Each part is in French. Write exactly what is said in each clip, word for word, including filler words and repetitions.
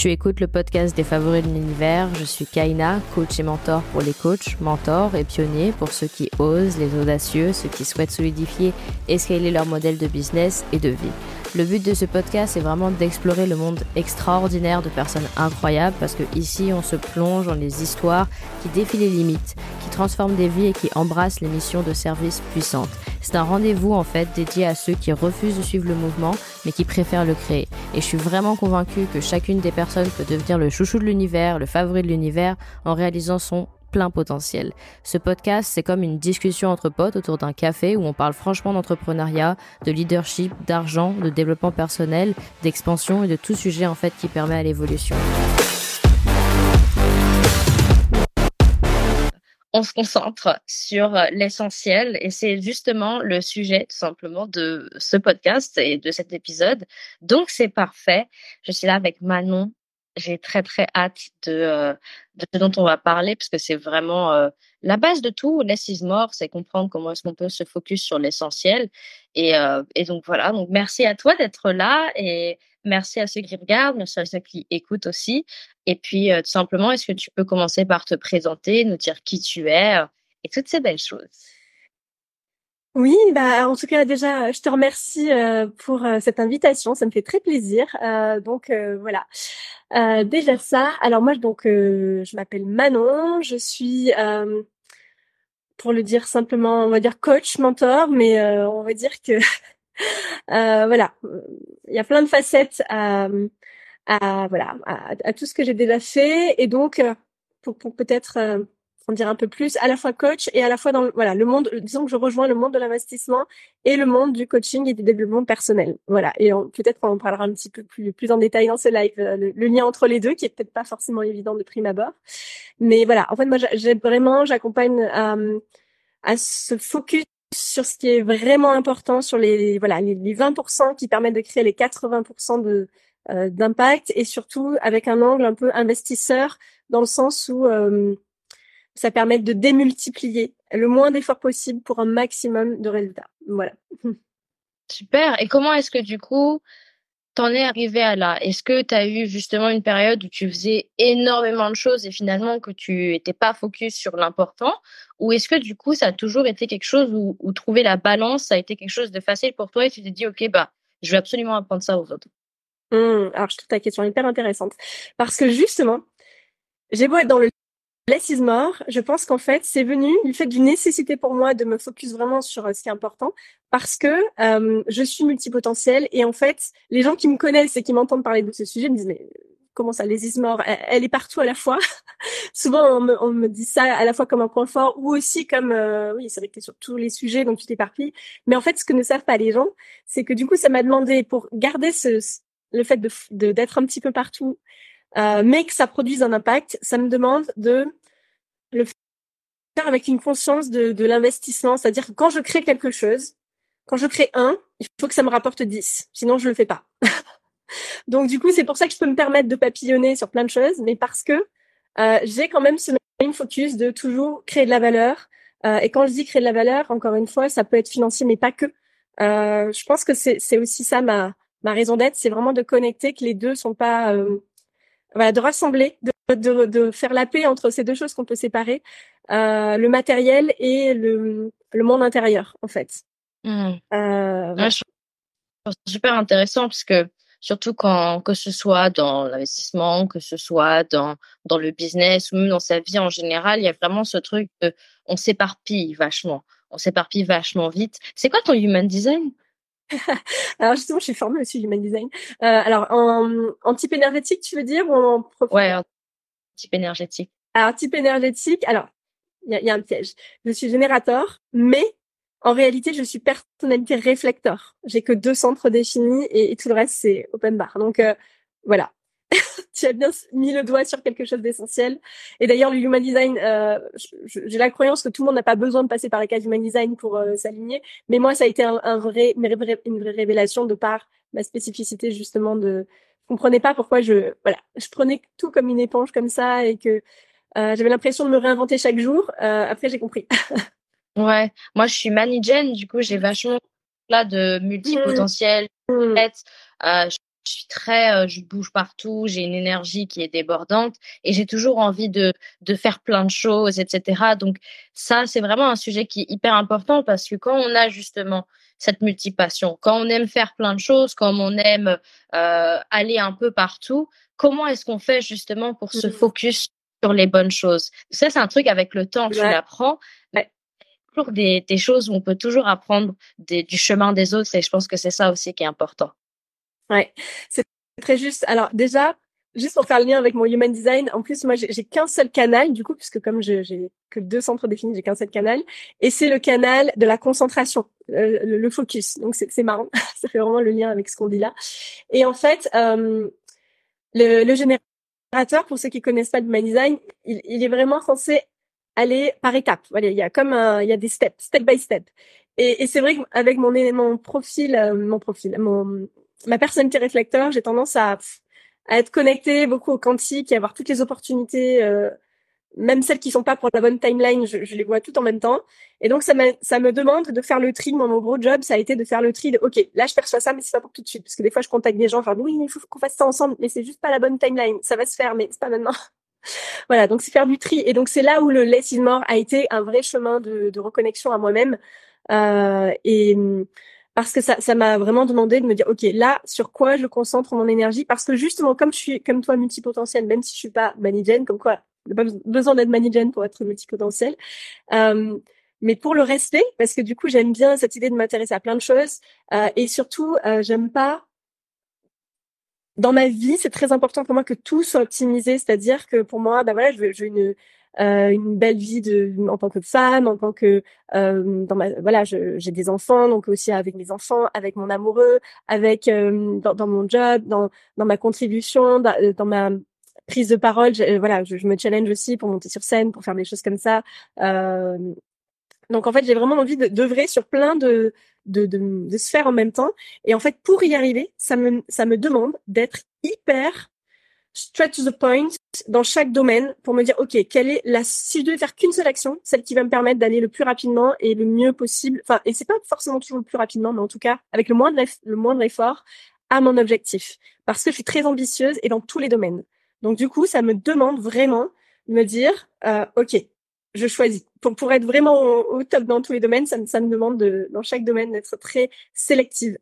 Tu écoutes le podcast des Favoris de l'Univers. Je suis Kaina, coach et mentor pour les coachs, mentors et pionniers pour ceux qui osent, les audacieux, ceux qui souhaitent solidifier et scaler leur modèle de business et de vie. Le but de ce podcast est vraiment d'explorer le monde extraordinaire de personnes incroyables parce que ici on se plonge dans les histoires qui défient les limites, qui transforment des vies et qui embrassent les missions de service puissantes. C'est un rendez-vous en fait dédié à ceux qui refusent de suivre le mouvement mais qui préfèrent le créer. Et je suis vraiment convaincue que chacune des personnes peut devenir le chouchou de l'univers, le favori de l'univers en réalisant son plein potentiel. Ce podcast, c'est comme une discussion entre potes autour d'un café où on parle franchement d'entrepreneuriat, de leadership, d'argent, de développement personnel, d'expansion et de tout sujet en fait qui permet à l'évolution. On se concentre sur l'essentiel et c'est justement le sujet tout simplement de ce podcast et de cet épisode. Donc c'est parfait. Je suis là avec Manon. J'ai très très hâte de, euh, de ce dont on va parler parce que c'est vraiment euh, la base de tout. Less is more, c'est comprendre comment est-ce qu'on peut se focus sur l'essentiel. Et, euh, et donc voilà, donc merci à toi d'être là et merci à ceux qui regardent, merci à ceux qui écoutent aussi. Et puis euh, tout simplement, est-ce que tu peux commencer par te présenter, nous dire qui tu es euh, et toutes ces belles choses. Oui, bah en tout cas déjà, je te remercie euh, pour euh, cette invitation, ça me fait très plaisir. Euh, donc euh, voilà, euh, déjà ça. Alors moi donc euh, je m'appelle Manon, je suis euh, pour le dire simplement, on va dire coach, mentor, mais euh, on va dire que euh, voilà, il y a plein de facettes à, à voilà à, à tout ce que j'ai déjà fait et donc euh, pour, pour peut-être euh, en dire un peu plus, à la fois coach et à la fois dans le, voilà le monde, disons que je rejoins le monde de l'investissement et le monde du coaching et du développement personnel. Voilà, et on, peut-être on en parlera un petit peu plus plus en détail dans ce live, le, le lien entre les deux qui est peut-être pas forcément évident de prime abord, mais voilà. En fait, moi, j'ai vraiment, j'accompagne à, à se focus sur ce qui est vraiment important, sur les voilà les, les vingt pour cent qui permettent de créer les quatre-vingts pour cent de euh, d'impact et surtout avec un angle un peu investisseur dans le sens où euh, ça permet de démultiplier le moins d'efforts possible pour un maximum de résultats. Voilà. Super. Et comment est-ce que du coup t'en es arrivé à là? Est-ce que tu as eu justement une période où tu faisais énormément de choses et finalement que tu étais pas focus sur l'important? Ou est-ce que du coup ça a toujours été quelque chose où, où trouver la balance, ça a été quelque chose de facile pour toi et tu t'es dit ok bah je vais absolument apprendre ça aux autres? Hum, alors je trouve ta question hyper intéressante parce que justement j'ai beau être dans le less is more, je pense qu'en fait, c'est venu du fait d'une nécessité pour moi de me focus vraiment sur euh, ce qui est important parce que euh, je suis multipotentielle et en fait, les gens qui me connaissent et qui m'entendent parler de ce sujet me disent mais comment ça, less is more, elle, elle est partout à la fois. Souvent, on me, on me dit ça à la fois comme un point fort ou aussi comme euh, oui, c'est vrai que t'es sur tous les sujets donc tu t'éparpilles. Mais en fait, ce que ne savent pas les gens, c'est que du coup, ça m'a demandé pour garder ce, le fait de de- d'être un petit peu partout, euh, mais que ça produise un impact, ça me demande de le faire avec une conscience de, de l'investissement. C'est-à-dire que quand je crée quelque chose, quand je crée un, il faut que ça me rapporte dix. Sinon, je le fais pas. Donc, du coup, c'est pour ça que je peux me permettre de papillonner sur plein de choses, mais parce que euh, j'ai quand même ce main focus de toujours créer de la valeur. Euh, et quand je dis créer de la valeur, encore une fois, ça peut être financier, mais pas que. Euh, je pense que c'est, c'est aussi ça ma, ma raison d'être, c'est vraiment de connecter que les deux sont pas... Euh, voilà, de rassembler, de, de, de faire la paix entre ces deux choses qu'on peut séparer, euh, le matériel et le, le monde intérieur, en fait. Mmh. Euh, Ouais, voilà. je trouve ça super intéressant parce que surtout quand que ce soit dans l'investissement, que ce soit dans dans le business ou même dans sa vie en général, il y a vraiment ce truc de on s'éparpille vachement, on s'éparpille vachement vite. C'est quoi ton human design? Alors justement, je suis formée aussi human design. Euh, alors en, en type énergétique, tu veux dire, ou en Ouais, profondeur? un type énergétique. Alors type énergétique, alors il y a, y a un piège. Je suis générateur, mais en réalité, je suis personnalité réflecteur. J'ai que deux centres définis et, et tout le reste c'est open bar. Donc euh, voilà. Tu as bien mis le doigt sur quelque chose d'essentiel. Et d'ailleurs, le human design, euh, j'ai la croyance que tout le monde n'a pas besoin de passer par la case human design pour euh, s'aligner. Mais moi, ça a été un, un vrai, une vraie, une vraie révélation de par ma spécificité justement de. Je comprenais pas pourquoi je, voilà, je prenais tout comme une éponge comme ça et que euh, j'avais l'impression de me réinventer chaque jour. Euh, après, j'ai compris. Ouais, moi je suis Manigen, du coup j'ai vachement là de Mmh, multipotentiel. mmh, En fait, euh, je suis très, euh, je bouge partout, j'ai une énergie qui est débordante et j'ai toujours envie de de faire plein de choses, et cetera. Donc ça, c'est vraiment un sujet qui est hyper important parce que quand on a justement cette multipassion, quand on aime faire plein de choses, quand on aime euh, aller un peu partout, comment est-ce qu'on fait justement pour se Mmh. focus sur les bonnes choses? Ça, c'est un truc avec le temps, tu Ouais, l'apprends. ouais, Toujours des, des choses où on peut toujours apprendre des, du chemin des autres et je pense que c'est ça aussi qui est important. ouais. C'est très juste. Alors déjà, juste pour faire le lien avec mon human design, en plus moi j'ai j'ai qu'un seul canal du coup, puisque comme je j'ai que deux centres définis, j'ai qu'un seul canal, et c'est le canal de la concentration, euh, le, le focus. Donc c'est c'est marrant, ça fait vraiment le lien avec ce qu'on dit là. Et en fait, euh, le, le générateur, pour ceux qui connaissent pas le human design, il, il est vraiment censé aller par étapes. Voilà, il y a comme un, il y a des steps, step by step. Et, et c'est vrai qu'avec mon, mon profil, euh, mon profil, mon, ma personnalité réflecteur, j'ai tendance à, à être connectée beaucoup au quantique et avoir toutes les opportunités, euh, même celles qui sont pas pour la bonne timeline, je, je les vois toutes en même temps. Et donc, ça, ça me demande de faire le tri. Moi, mon gros job, ça a été de faire le tri de, OK, là, je perçois ça, mais c'est pas pour tout de suite. Parce que des fois, je contacte des gens, enfin, oui, il faut qu'on fasse ça ensemble, mais c'est juste pas la bonne timeline. Ça va se faire, mais c'est pas maintenant. Voilà. Donc, c'est faire du tri. Et donc, c'est là où le Less is More a été un vrai chemin de, de reconnexion à moi-même. Euh, et, parce que ça, ça m'a vraiment demandé de me dire, OK, là, sur quoi je concentre mon énergie? Parce que justement, comme je suis, comme toi, multipotentielle, même si je suis pas manigène, comme quoi, on n'a pas besoin d'être manigène pour être multipotentiel. Euh, mais pour le respect, parce que du coup, j'aime bien cette idée de m'intéresser à plein de choses. Euh, et surtout, euh, j'aime pas... Dans ma vie, c'est très important pour moi que tout soit optimisé. C'est-à-dire que pour moi, bah voilà, je veux, je veux une, euh, une belle vie de, en tant que femme, en tant que... Euh, dans ma, voilà, je, j'ai des enfants, donc aussi avec mes enfants, avec mon amoureux, avec euh, dans, dans mon job, dans, dans ma contribution, dans, dans ma prise de parole. Je, voilà, je, je me challenge aussi pour monter sur scène, pour faire des choses comme ça. Euh, donc en fait, j'ai vraiment envie de d'œuvrer sur plein de, de de de sphères en même temps. Et en fait, pour y arriver, ça me ça me demande d'être hyper straight to the point dans chaque domaine pour me dire ok, quelle est la si je devais faire qu'une seule action, celle qui va me permettre d'aller le plus rapidement et le mieux possible. Enfin, et c'est pas forcément toujours le plus rapidement, mais en tout cas avec le moindre eff- le moindre effort à mon objectif. Parce que je suis très ambitieuse et dans tous les domaines. Donc du coup, ça me demande vraiment de me dire euh, ok, je choisis. Pour, pour être vraiment au, au top dans tous les domaines, ça, me- ça me demande de, dans chaque domaine d'être très sélective.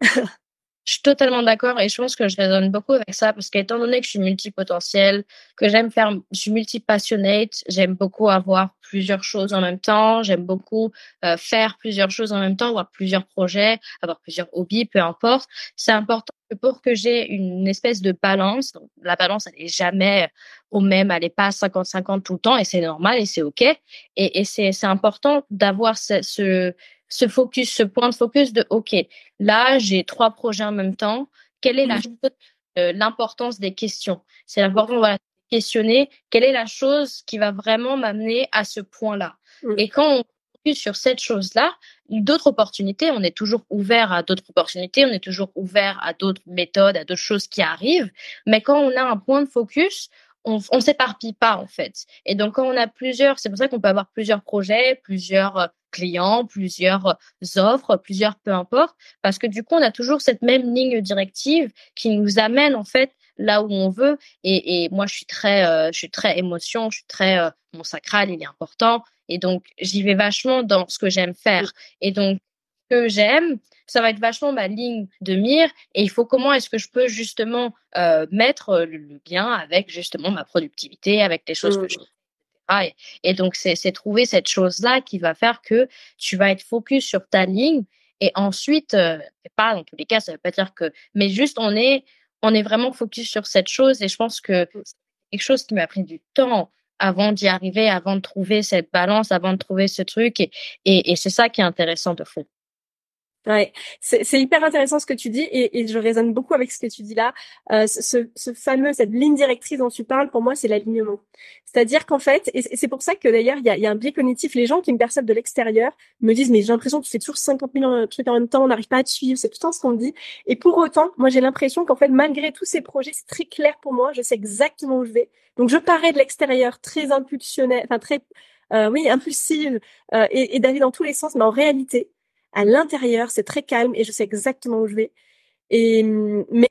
Je suis totalement d'accord et je pense que je résonne beaucoup avec ça parce qu'étant donné que je suis multipotentielle, que j'aime faire, je suis multipassionate, j'aime beaucoup avoir plusieurs choses en même temps, j'aime beaucoup euh, faire plusieurs choses en même temps, avoir plusieurs projets, avoir plusieurs hobbies, peu importe. C'est important que pour que j'ai une espèce de balance, donc la balance elle est jamais au même, elle est pas cinquante cinquante tout le temps et c'est normal et c'est ok. Et, et c'est c'est important d'avoir ce, ce ce focus, ce point de focus de ok. Là, j'ai trois projets en même temps. Quelle est la chose, euh, l'importance des questions? C'est important, voilà, de questionner quelle est la chose qui va vraiment m'amener à ce point-là. Mm. Et quand on focus sur cette chose-là, d'autres opportunités, on est toujours ouvert à d'autres opportunités, on est toujours ouvert à d'autres méthodes, à d'autres choses qui arrivent. Mais quand on a un point de focus, on, on s'éparpille pas en fait. Et donc quand on a plusieurs, c'est pour ça qu'on peut avoir plusieurs projets, plusieurs euh, clients, plusieurs euh, offres, plusieurs peu importe parce que du coup, on a toujours cette même ligne directive qui nous amène en fait là où on veut. Et, et moi, je suis très, euh, je suis très émotion, je suis très, euh, mon sacral, il est important. Et donc, j'y vais vachement dans ce que j'aime faire. Et donc, ce que j'aime, ça va être vachement ma ligne de mire. Et il faut comment est-ce que je peux justement euh, mettre le, le lien avec justement ma productivité, avec les choses que je Mm. ah, et, et donc, c'est, c'est trouver cette chose-là qui va faire que tu vas être focus sur ta ligne. Et ensuite, euh, pas dans tous les cas, ça veut pas dire que, mais juste on est, on est vraiment focus sur cette chose. Et je pense que c'est quelque chose qui m'a pris du temps avant d'y arriver, avant de trouver cette balance, avant de trouver ce truc. Et, et, et c'est ça qui est intéressant de fond. Ouais, c'est c'est hyper intéressant ce que tu dis et, et je résonne beaucoup avec ce que tu dis là. Euh, ce, ce fameux, cette ligne directrice dont tu parles, pour moi, c'est l'alignement. C'est-à-dire qu'en fait, et c'est pour ça que d'ailleurs, il y a, il y a un biais cognitif. Les gens qui me perçoivent de l'extérieur me disent, mais j'ai l'impression que tu fais toujours cinquante mille trucs en même temps, on n'arrive pas à te suivre, c'est tout le temps ce qu'on me dit. Et pour autant, moi, j'ai l'impression qu'en fait, malgré tous ces projets, c'est très clair pour moi, je sais exactement où je vais. Donc, je parais de l'extérieur très impulsionnelle, enfin très, euh, oui, impulsive euh, et, et d'aller dans tous les sens, mais en réalité, à l'intérieur, c'est très calme et je sais exactement où je vais. Et mais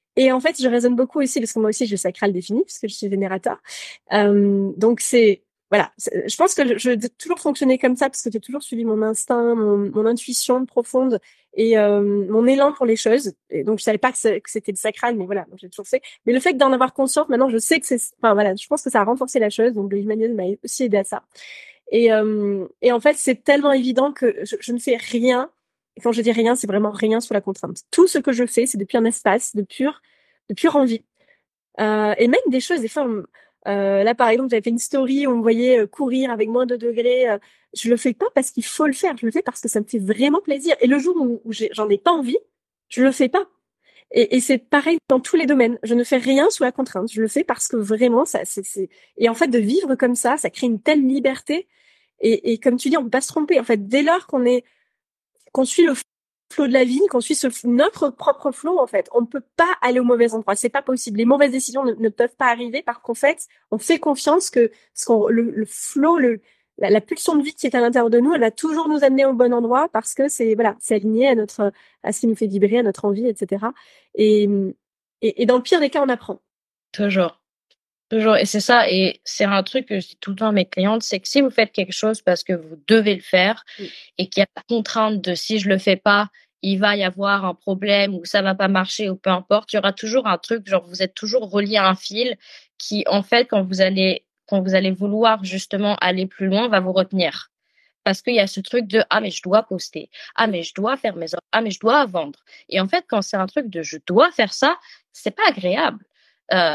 Et en fait, je raisonne beaucoup aussi parce que moi aussi, je sacral défini puisque je suis vénérateur. Euh, donc c'est voilà, c'est- je pense que je, je vais toujours fonctionner comme ça parce que j'ai toujours suivi mon instinct, mon, mon intuition profonde et euh, mon élan pour les choses. Et donc je savais pas que, c'est- que c'était le sacral, mais voilà, donc j'ai toujours fait. Mais le fait d'en avoir conscience, maintenant, je sais que c'est. Enfin voilà, je pense que ça a renforcé la chose. Donc le humanisme m'a aussi aidé à ça. Et, euh, et en fait, c'est tellement évident que je, je ne fais rien. Et quand je dis rien, c'est vraiment rien sous la contrainte. Tout ce que je fais, c'est depuis un espace de pure, de pure envie. Euh, et même des choses, des fois, on- euh, là par exemple, j'avais fait une story où on me voyait euh, courir avec moins de degrés. Euh, je le fais pas parce qu'il faut le faire. Je le fais parce que ça me fait vraiment plaisir. Et le jour où, où j'ai- j'en ai pas envie, je le fais pas. Et, et c'est pareil dans tous les domaines. Je ne fais rien sous la contrainte. Je le fais parce que vraiment, ça, c'est, c'est... Et en fait, de vivre comme ça, ça crée une telle liberté. Et, et comme tu dis, on peut pas se tromper. En fait, dès lors qu'on est, qu'on suit le flot de la vie, qu'on suit ce, notre propre flot, en fait, on ne peut pas aller au mauvais endroit. C'est pas possible. Les mauvaises décisions ne, ne peuvent pas arriver parce qu'en fait, on fait confiance que ce qu'on, le, le flot, le, la, la pulsion de vie qui est à l'intérieur de nous, elle va toujours nous amener au bon endroit parce que c'est, voilà, c'est aligné à notre, à ce qui nous fait vibrer, à notre envie, et cetera. Et, et, et dans le pire des cas, on apprend. Toujours. Toujours. Et c'est ça. Et c'est un truc que je dis tout le temps à mes clientes, c'est que si vous faites quelque chose parce que vous devez le faire Mm. et qu'il y a la contrainte de si je le fais pas, il va y avoir un problème ou ça va pas marcher ou peu importe, il y aura toujours un truc, genre vous êtes toujours relié à un fil qui, en fait, quand vous allez, quand vous allez vouloir justement aller plus loin, va vous retenir. Parce qu'il y a ce truc de ah mais je dois poster, ah mais je dois faire mes offres, ah mais je dois vendre. Et en fait, quand c'est un truc de je dois faire ça, c'est pas agréable. Euh,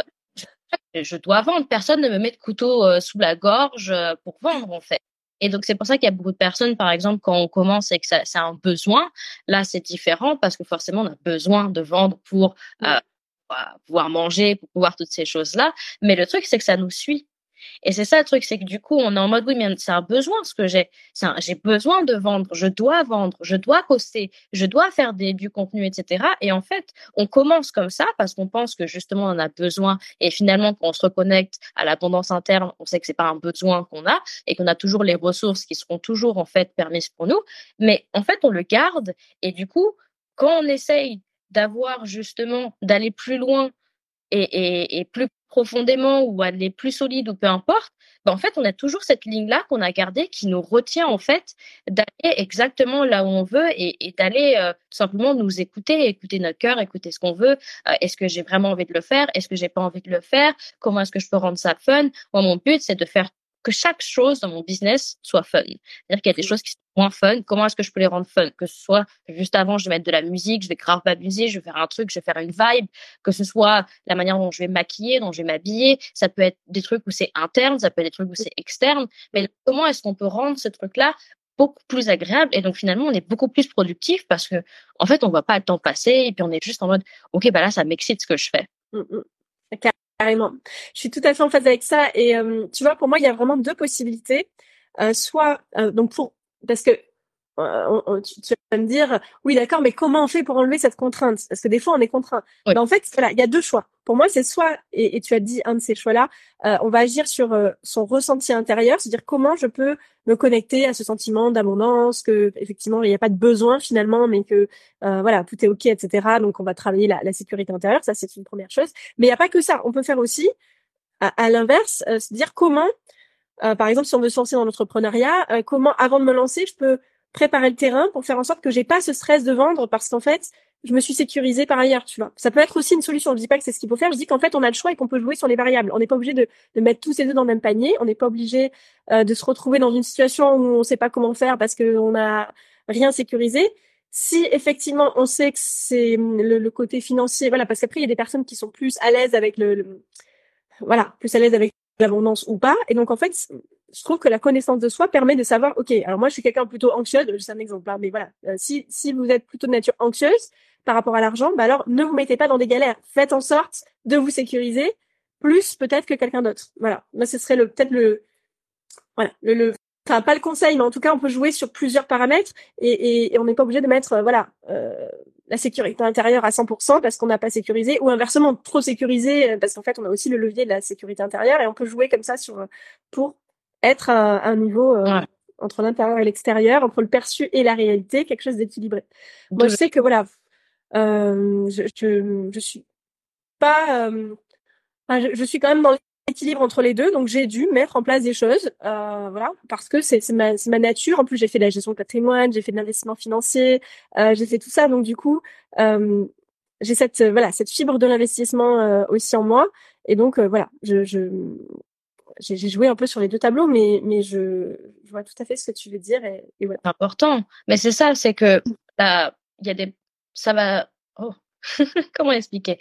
je dois vendre. Personne ne me met de couteau euh, sous la gorge euh, pour vendre, en fait. Et donc, c'est pour ça qu'il y a beaucoup de personnes, par exemple, quand on commence et que ça, c'est un besoin, là, c'est différent parce que forcément, on a besoin de vendre pour euh, pouvoir manger, pour pouvoir toutes ces choses-là. Mais le truc, c'est que ça nous suit. Et c'est ça le truc, c'est que du coup, on est en mode, oui, mais c'est un besoin ce que j'ai. C'est un, j'ai besoin de vendre, je dois vendre, je dois poster, je dois faire des, du contenu, et cetera. Et en fait, on commence comme ça parce qu'on pense que justement, on en a besoin. Et finalement, quand on se reconnecte à l'abondance interne, on sait que c'est pas un besoin qu'on a et qu'on a toujours les ressources qui seront toujours, en fait, permises pour nous. Mais en fait, on le garde. Et du coup, quand on essaye d'avoir justement, d'aller plus loin et, et, et plus profondément ou aller plus solide ou peu importe, ben en fait, on a toujours cette ligne-là qu'on a gardée qui nous retient en fait d'aller exactement là où on veut et, et d'aller euh, tout simplement nous écouter, écouter notre cœur, écouter ce qu'on veut. Euh, est-ce que j'ai vraiment envie de le faire? Est-ce que j'ai pas envie de le faire? Comment est-ce que je peux rendre ça fun? Moi, mon but, c'est de faire que chaque chose dans mon business soit fun. C'est-à-dire qu'il y a des choses qui sont moins fun. Comment est-ce que je peux les rendre fun? Que ce soit juste avant, je vais mettre de la musique, je vais grave m'amuser, je vais faire un truc, je vais faire une vibe, que ce soit la manière dont je vais maquiller, dont je vais m'habiller. Ça peut être des trucs où c'est interne, ça peut être des trucs où c'est externe. Mais comment est-ce qu'on peut rendre ce truc-là beaucoup plus agréable? Et donc, finalement, on est beaucoup plus productif parce que, en fait, on voit pas le temps passer et puis on est juste en mode, OK, bah là, ça m'excite ce que je fais. Mm, mm. Carrément. Je suis tout à fait en phase avec ça. Et euh, tu vois, pour moi, il y a vraiment deux possibilités. Euh, soit, euh, donc pour, parce que euh, on, on, tu, tu vas me dire, oui, d'accord, mais comment on fait pour enlever cette contrainte? Parce que des fois, on est contraint. Oui. Ben, en fait, voilà, il y a deux choix. Pour moi, c'est soit, et, et tu as dit un de ces choix-là, euh, on va agir sur euh, son ressenti intérieur, c'est-à-dire comment je peux me connecter à ce sentiment d'abondance, que effectivement, il n'y a pas de besoin finalement, mais que euh, voilà, tout est ok, et cetera. Donc, on va travailler la, la sécurité intérieure, ça c'est une première chose. Mais il n'y a pas que ça. On peut faire aussi, à, à l'inverse, euh, se dire comment, euh, par exemple, si on veut se lancer dans l'entrepreneuriat, euh, comment, avant de me lancer, je peux préparer le terrain pour faire en sorte que j'ai pas ce stress de vendre parce qu'en fait, je me suis sécurisée par ailleurs, tu vois. Ça peut être aussi une solution. Je dis pas que c'est ce qu'il faut faire. Je dis qu'en fait, on a le choix et qu'on peut jouer sur les variables. On n'est pas obligé de, de mettre tous ses œufs dans le même panier. On n'est pas obligé euh, de se retrouver dans une situation où on sait pas comment faire parce qu'on n'a rien sécurisé. Si effectivement on sait que c'est le, le côté financier, voilà, parce qu'après il y a des personnes qui sont plus à l'aise avec le, le voilà, plus à l'aise avec l'abondance ou pas. Et donc, en fait, je trouve que la connaissance de soi permet de savoir, OK, alors moi, je suis quelqu'un plutôt anxieuse, c'est un exemple, hein, mais voilà, euh, si, si vous êtes plutôt de nature anxieuse par rapport à l'argent, bah alors, ne vous mettez pas dans des galères. Faites en sorte de vous sécuriser plus peut-être que quelqu'un d'autre. Voilà. Moi, ce serait le, peut-être le, voilà, le, le, enfin, pas le conseil, mais en tout cas, on peut jouer sur plusieurs paramètres et, et, et on n'est pas obligé de mettre, euh, voilà, euh, la sécurité intérieure à cent pour cent parce qu'on n'a pas sécurisé ou inversement trop sécurisé parce qu'en fait on a aussi le levier de la sécurité intérieure et on peut jouer comme ça sur pour être à, à un niveau euh, Ouais. entre l'intérieur et l'extérieur, entre le perçu et la réalité, quelque chose d'équilibré. Moi je sais que voilà, euh, je, je, je suis pas, euh, enfin, je, je suis quand même dans l'équilibre entre les deux, donc j'ai dû mettre en place des choses, euh, voilà, parce que c'est, c'est ma, c'est ma nature. En plus, j'ai fait de la gestion de patrimoine, j'ai fait de l'investissement financier, euh, j'ai fait tout ça, donc du coup, euh, j'ai cette, euh, voilà, cette fibre de l'investissement euh, aussi en moi, et donc euh, voilà, je, je, j'ai, j'ai joué un peu sur les deux tableaux, mais, mais je, je vois tout à fait ce que tu veux dire, et, et voilà. C'est important. Mais c'est ça, c'est que là, il y a des, ça va, oh, comment expliquer?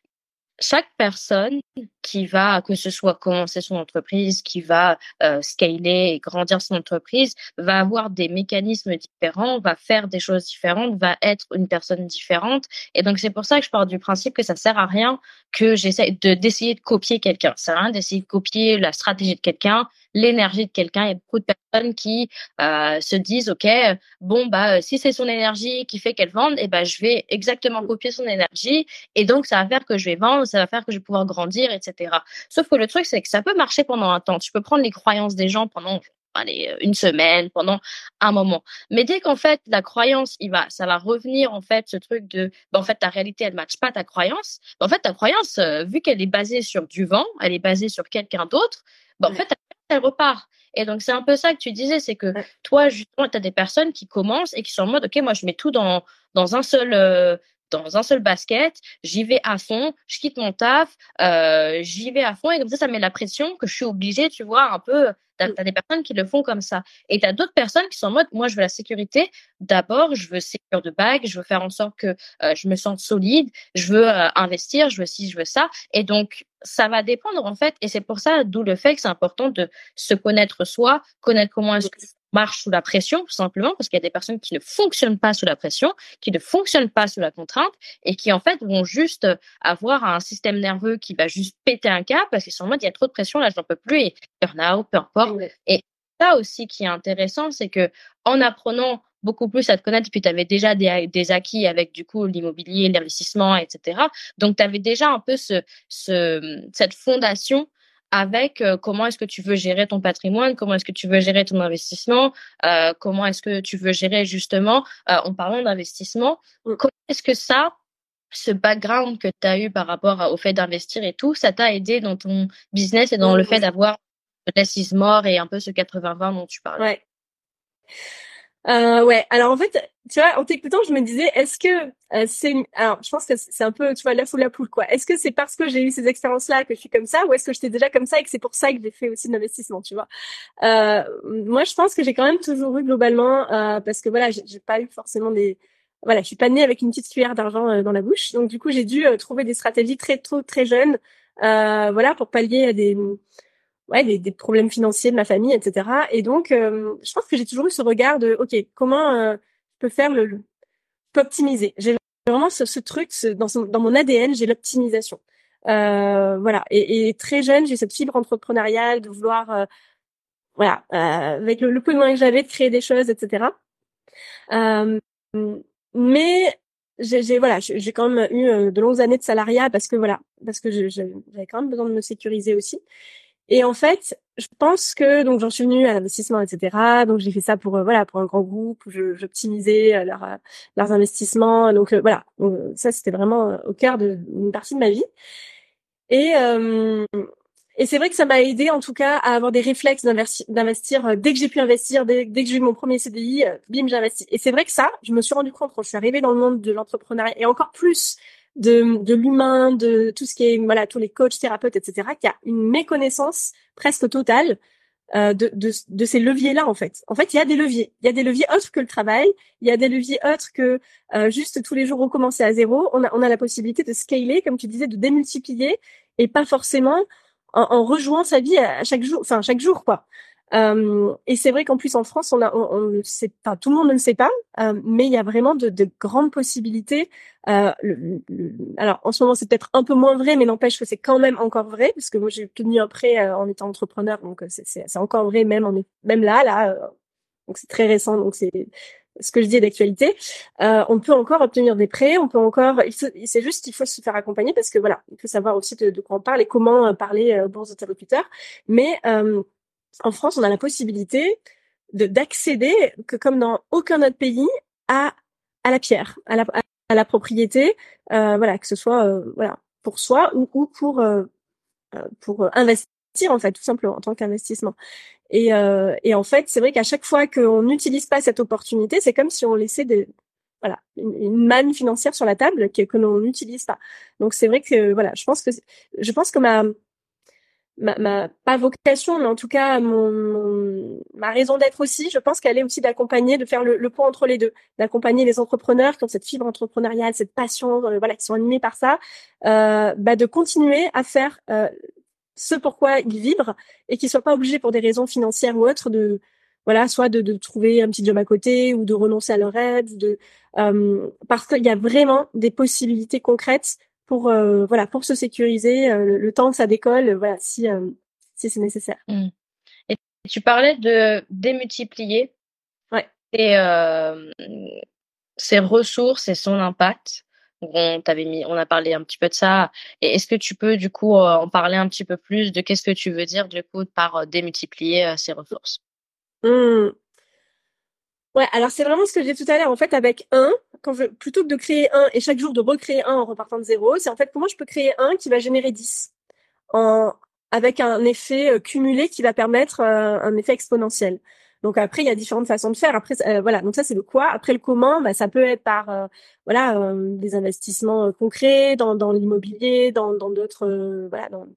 Chaque personne qui va, que ce soit commencer son entreprise, qui va euh, scaler et grandir son entreprise, va avoir des mécanismes différents, va faire des choses différentes, va être une personne différente. Et donc, c'est pour ça que je pars du principe que ça sert à rien que j'essaie de, d'essayer de copier quelqu'un. Ça sert à rien d'essayer de copier la stratégie de quelqu'un, l'énergie de quelqu'un. Il y a beaucoup de personnes qui euh, se disent, OK, bon, bah, si c'est son énergie qui fait qu'elle vende, eh ben, je vais exactement copier son énergie. Et donc, ça va faire que je vais vendre, ça va faire que je vais pouvoir grandir, et cetera. Sauf que le truc, c'est que ça peut marcher pendant un temps. Tu peux prendre les croyances des gens pendant, allez, une semaine, pendant un moment. Mais dès qu'en fait, la croyance, il va, ça va revenir, en fait, ce truc de, ben, en fait, ta réalité, elle matche pas ta croyance. Ben, en fait, ta croyance, euh, vu qu'elle est basée sur du vent, elle est basée sur quelqu'un d'autre, ben, en Ouais. fait, elle repart. Et donc, c'est un peu ça que tu disais, c'est que Ouais. toi, justement, tu as des personnes qui commencent et qui sont en mode, OK, moi, je mets tout dans, dans un seul, euh, dans un seul basket, j'y vais à fond, je quitte mon taf, euh, j'y vais à fond et comme ça, ça met la pression que je suis obligée, tu vois, un peu, t'as, t'as des personnes qui le font comme ça. Et t'as d'autres personnes qui sont en mode, moi, je veux la sécurité. D'abord, je veux sécure de bague, je veux faire en sorte que euh, je me sente solide, je veux euh, investir, je veux ci, je veux ça. Et donc, ça va dépendre, en fait. Et c'est pour ça, d'où le fait que c'est important de se connaître soi, connaître comment est-ce que marche sous la pression, tout simplement, parce qu'il y a des personnes qui ne fonctionnent pas sous la pression, qui ne fonctionnent pas sous la contrainte et qui, en fait, vont juste avoir un système nerveux qui va juste péter un câble parce qu'ils sont en mode, il y a trop de pression, là, je n'en peux plus, et burn-out, peu importe. Ouais. Et ça aussi qui est intéressant, c'est que en apprenant beaucoup plus à te connaître, puis tu avais déjà des, des acquis avec, du coup, l'immobilier, l'investissement, et cetera. Donc, tu avais déjà un peu ce, ce, cette fondation avec euh, comment est-ce que tu veux gérer ton patrimoine, comment est-ce que tu veux gérer ton investissement, euh, comment est-ce que tu veux gérer justement, euh, en parlant d'investissement, Mm. comment est-ce que ça, ce background que tu as eu par rapport à- au fait d'investir et tout, ça t'a aidé dans ton business et dans Ouais. le fait d'avoir le less is more et un peu ce quatre-vingts vingt dont tu parles. Ouais. Euh, ouais. Alors en fait, tu vois, en t'écoutant, je me disais, est-ce que euh, c'est, alors je pense que c'est un peu, tu vois, l'œuf ou la poule, quoi. Est-ce que c'est parce que j'ai eu ces expériences-là que je suis comme ça, ou est-ce que j'étais déjà comme ça et que c'est pour ça que j'ai fait aussi de l'investissement, tu vois? Euh, moi, je pense que j'ai quand même toujours eu globalement, euh, parce que voilà, j'ai j'ai pas eu forcément des, voilà, je suis pas née avec une petite cuillère d'argent euh, dans la bouche, donc du coup, j'ai dû euh, trouver des stratégies très tôt, très jeunes, euh, voilà, pour pallier à des ouais, des, des problèmes financiers de ma famille, et cetera. Et donc, euh, je pense que j'ai toujours eu ce regard de, OK, comment euh, je peux faire le, le je peux optimiser. J'ai vraiment ce, ce truc, ce, dans, son, dans mon A D N, j'ai l'optimisation. Euh, voilà. Et, et très jeune, j'ai cette fibre entrepreneuriale de vouloir, euh, voilà, euh, avec le, le peu de moyens que j'avais, de créer des choses, et cetera. Euh, mais j'ai, j'ai voilà, j'ai j'ai quand même eu euh, de longues années de salariat parce que voilà, parce que je- je- j'avais quand même besoin de me sécuriser aussi. Et en fait, je pense que donc j'en suis venue à l'investissement, et cetera. Donc j'ai fait ça pour euh, voilà pour un grand groupe où je, j'optimisais euh, leurs euh, leurs investissements. Donc euh, voilà, donc, euh, ça c'était vraiment euh, au cœur de- d'une partie de ma vie. Et euh, et c'est vrai que ça m'a aidé en tout cas à avoir des réflexes d'investir, d'investir euh, dès que j'ai pu investir, dès, dès que j'ai eu mon premier C D I, euh, bim j'investis. Et c'est vrai que ça, je me suis rendu compte quand je suis arrivée dans le monde de l'entrepreneuriat et encore plus de, de l'humain, de tout ce qui est voilà tous les coachs, thérapeutes, et cetera, qu'il y a une méconnaissance presque totale euh, de, de, de ces leviers-là en fait. En fait, il y a des leviers. Il y a des leviers autres que le travail. Il y a des leviers autres que euh, juste tous les jours recommencer à zéro. On a, on a la possibilité de scaler, comme tu disais, de démultiplier et pas forcément en, en rejouant sa vie à chaque jour, enfin chaque jour quoi. Euh, et c'est vrai qu'en plus en France, on a, on, on ne sait pas, tout le monde ne le sait pas, euh, mais il y a vraiment de, de grandes possibilités. Euh, le, le, alors en ce moment c'est peut-être un peu moins vrai, mais n'empêche que c'est quand même encore vrai, parce que moi j'ai obtenu un prêt euh, en étant entrepreneur, donc euh, c'est, c'est, c'est encore vrai même en, même là, là. Euh, donc c'est très récent, donc c'est ce que je dis est d'actualité. Euh, on peut encore obtenir des prêts, on peut encore, il faut, c'est juste, il faut se faire accompagner parce que voilà, il faut savoir aussi de, de quoi on parle et comment euh, parler euh, aux bons interlocuteurs. Mais euh, en France, on a la possibilité de d'accéder, que comme dans aucun autre pays, à à la pierre, à la à la propriété, euh, voilà, que ce soit euh, voilà pour soi ou, ou pour euh, pour investir en fait, tout simplement en tant qu'investissement. Et, euh, et en fait, c'est vrai qu'à chaque fois qu'on n'utilise pas cette opportunité, c'est comme si on laissait des voilà une, une manne financière sur la table que, que l'on n'utilise pas. Donc c'est vrai que voilà, je pense que je pense que ma ma, ma pas vocation, mais en tout cas mon, mon ma raison d'être aussi, je pense qu'elle est aussi d'accompagner, de faire le, le pont entre les deux, d'accompagner les entrepreneurs qui ont cette fibre entrepreneuriale, cette passion, euh, voilà, qui sont animés par ça, euh, bah de continuer à faire euh, ce pourquoi ils vibrent et qu'ils soient pas obligés pour des raisons financières ou autres de voilà soit de, de trouver un petit job à côté ou de renoncer à leur rêve, de euh, parce qu'il y a vraiment des possibilités concrètes pour euh, voilà pour se sécuriser euh, le, le temps que ça décolle, euh, voilà si euh, si c'est nécessaire. Mmh. Et tu parlais de démultiplier Ouais. et euh, ses ressources et son impact. On t'avait mis, on a parlé un petit peu de ça. Et est-ce que tu peux du coup euh, en parler un petit peu plus de qu'est-ce que tu veux dire du coup par euh, démultiplier euh, ses ressources? Mmh. Ouais, alors c'est vraiment ce que j'ai dit tout à l'heure. En fait, avec un, quand je, plutôt que de créer un et chaque jour de recréer un en repartant de zéro, c'est en fait comment je peux créer un qui va générer dix en, avec un effet euh, cumulé qui va permettre euh, un effet exponentiel. Donc après, il y a différentes façons de faire. Après, euh, voilà. Donc ça, c'est le quoi. Après le comment, bah, ça peut être par euh, voilà euh, des investissements euh, concrets dans, dans l'immobilier, dans dans d'autres euh, voilà, dans,